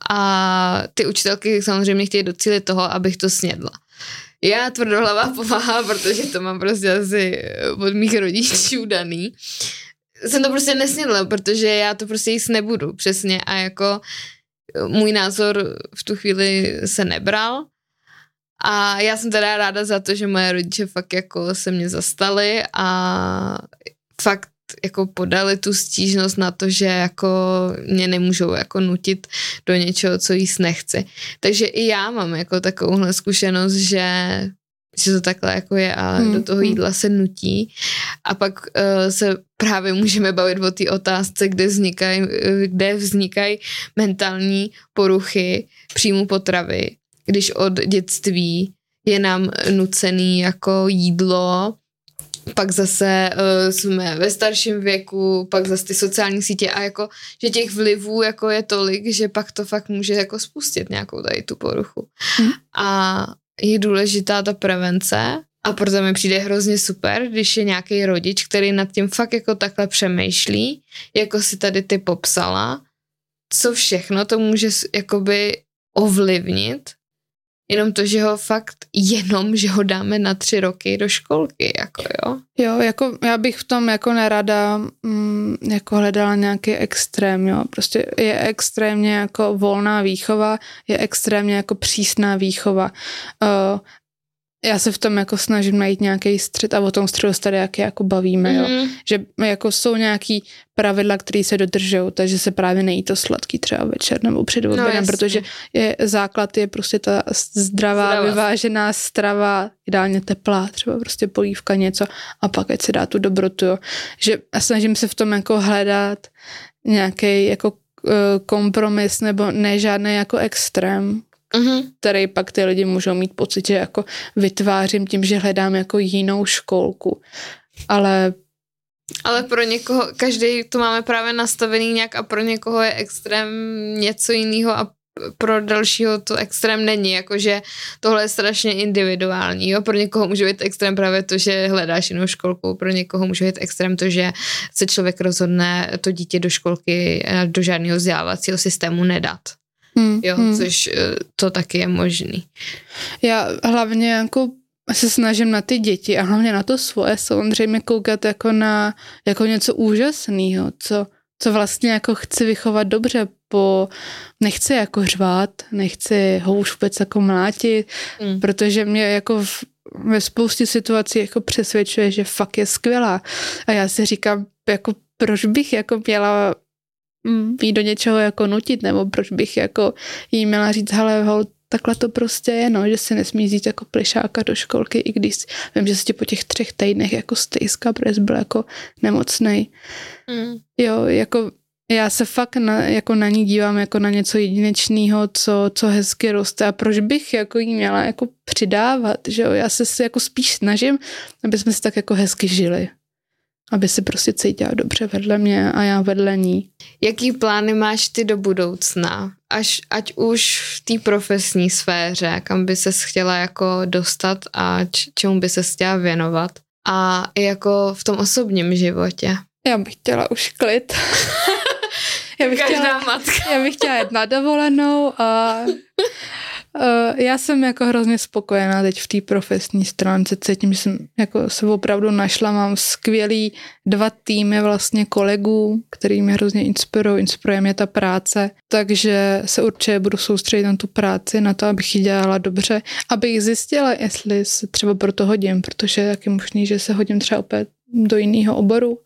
a ty učitelky samozřejmě chtějí docílit toho, abych to snědla. Já tvrdohlava pomáhám, protože to mám prostě asi od mých rodičů daný. Jsem to prostě nesnědla, protože já to prostě jíst nebudu, přesně. A jako můj názor v tu chvíli se nebral A já jsem teda ráda za to, že moje rodiče fakt jako se mě zastali a fakt jako podali tu stížnost na to, že jako mě nemůžou jako nutit do něčeho, co jíst nechci. Takže i já mám jako takovouhle zkušenost, že že to takhle jako je a hmm. do toho jídla se nutí. A pak uh, se právě můžeme bavit o té otázce, kde vznikají, kde vznikají mentální poruchy příjmu potravy, když od dětství je nám nucený jako jídlo, pak zase uh, jsme ve starším věku, pak zase ty sociální sítě a jako, že těch vlivů jako je tolik, že pak to fakt může jako spustit nějakou tady tu poruchu. Hmm. A je důležitá ta prevence a proto mi přijde hrozně super, když je nějaký rodič, který nad tím fakt jako takhle přemýšlí, jako si tady ty popsala, co všechno to může jakoby ovlivnit, jenom to, že ho fakt jenom, že ho dáme na tři roky do školky, jako jo. Jo, jako já bych v tom jako nerada mm, jako hledala nějaký extrém, jo. Prostě je extrémně jako volná výchova, je extrémně jako přísná výchova. Uh, já se v tom jako snažím najít nějaký střed a o tom středu se tady jak jako bavíme, mm. jo. Že jako jsou nějaký pravidla, které se dodržují, takže se právě nejí to sladký třeba večer nebo před obědem, no, protože je, základ je prostě ta zdravá, zdravá, vyvážená strava, ideálně teplá, třeba prostě polívka něco a pak ať se dá tu dobrotu, jo. Že a snažím se v tom jako hledat nějaký jako uh, kompromis nebo ne žádný jako extrém, mm-hmm. který pak ty lidi můžou mít pocit, že jako vytvářím tím, že hledám jako jinou školku. Ale ale pro někoho, každý to máme právě nastavený nějak a pro někoho je extrém něco jiného a pro dalšího to extrém není, jakože tohle je strašně individuální, jo, pro někoho může být extrém právě to, že hledáš jinou školku, pro někoho může být extrém to, že se člověk rozhodne to dítě do školky, do žádného vzdělávacího systému nedat. Hmm, jo, hmm. což to taky je možný. Já hlavně jako se snažím na ty děti a hlavně na to svoje samozřejmě koukat jako na jako něco úžasného, co, co vlastně jako chci vychovat dobře, po nechci jako řvát, nechci ho už vůbec jako mlátit, hmm. protože mě jako v, ve spoustě situací jako přesvědčuje, že fakt je skvělá. A já si říkám, jako proč bych jako měla jí do něčeho jako nutit, nebo proč bych jako jí měla říct, hele, hol, takhle to prostě je, no, že se nesmí jít jako plišáka do školky, i když vím, že se ti po těch třech týdnech jako stejská, protože jsi byl jako nemocnej. Mm. Jo, jako já se fakt na, jako na ní dívám jako na něco jedinečného, co, co hezky roste a proč bych jako jí měla jako přidávat, že jo, já se si jako spíš snažím, aby jsme si tak jako hezky žili. Aby si prostě cítila dobře vedle mě a já vedle ní. Jaký plány máš ty do budoucna? Až, ať už v té profesní sféře, kam by ses chtěla jako dostat a č- čemu by ses chtěla věnovat? A i jako v tom osobním životě? Já bych chtěla už klid. já, bych Každá chtěla, matka. já bych chtěla jít na dovolenou a Uh, já jsem jako hrozně spokojená teď v té profesní stránce, cítím, že jsem jako se opravdu našla, mám skvělý dva týmy vlastně kolegů, který mě hrozně inspirují, inspiruje mě ta práce, takže se určitě budu soustředit na tu práci, na to, abych ji dělala dobře, abych zjistila, jestli se třeba pro to hodím, protože je taky možný, že se hodím třeba opět do jiného oboru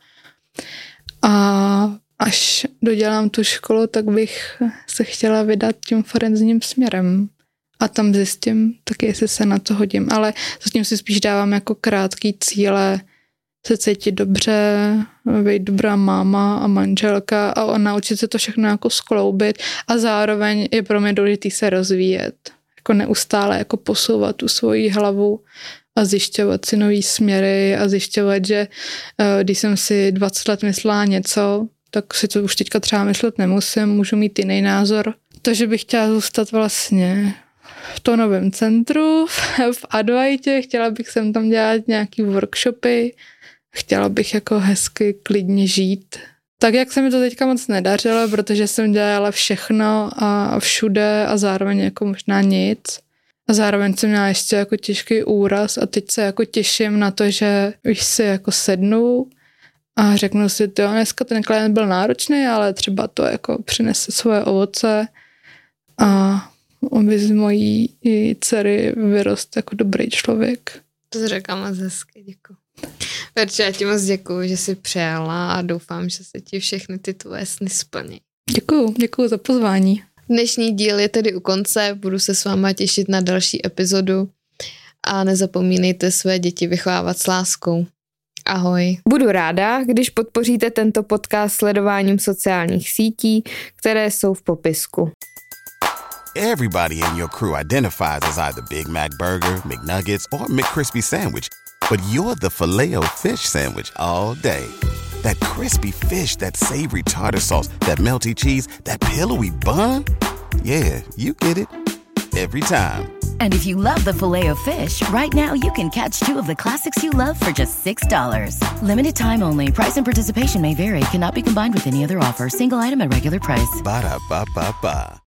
a až dodělám tu školu, tak bych se chtěla vydat tím forenzním směrem. A tam zjistím taky, jestli se na to hodím. Ale zatím si spíš dávám jako krátký cíle se cítit dobře, být dobrá máma a manželka a naučit se to všechno jako skloubit a zároveň je pro mě důležitý se rozvíjet. Jako neustále jako posouvat tu svoji hlavu a zjišťovat si nový směry a zjišťovat, že když jsem si dvacet let myslela něco, tak si to už teďka třeba myslet nemusím, můžu mít jiný názor. To, že bych chtěla zůstat vlastně v tom novém centru, v Advaitě, chtěla bych sem tam dělat nějaký workshopy, chtěla bych jako hezky, klidně žít. Tak jak se mi to teďka moc nedařilo, protože jsem dělala všechno a všude a zároveň jako možná nic. A zároveň jsem měla ještě jako těžký úraz a teď se jako těším na to, že už si jako sednu a řeknu si, jo, dneska ten klient byl náročný, ale třeba to jako přinese svoje ovoce a aby z mojí dcery vyrost jako dobrý člověk. To jsi řekla moc hezky, děkuji. Verče, já ti moc děkuji, že jsi přijala a doufám, že se ti všechny ty tvoje sny splní. Děkuji, děkuji za pozvání. Dnešní díl je tedy u konce, budu se s váma těšit na další epizodu a nezapomínejte své děti vychovávat s láskou. Ahoj. Budu ráda, když podpoříte tento podcast sledováním sociálních sítí, které jsou v popisku. Everybody in your crew identifies as either Big Mac Burger, McNuggets, or McCrispy Sandwich. But you're the Filet-O-Fish Sandwich all day. That crispy fish, that savory tartar sauce, that melty cheese, that pillowy bun. Yeah, you get it. Every time. And if you love the Filet-O-Fish, right now you can catch two of the classics you love for just six dollars. Limited time only. Price and participation may vary. Cannot be combined with any other offer. Single item at regular price. Ba-da-ba-ba-ba.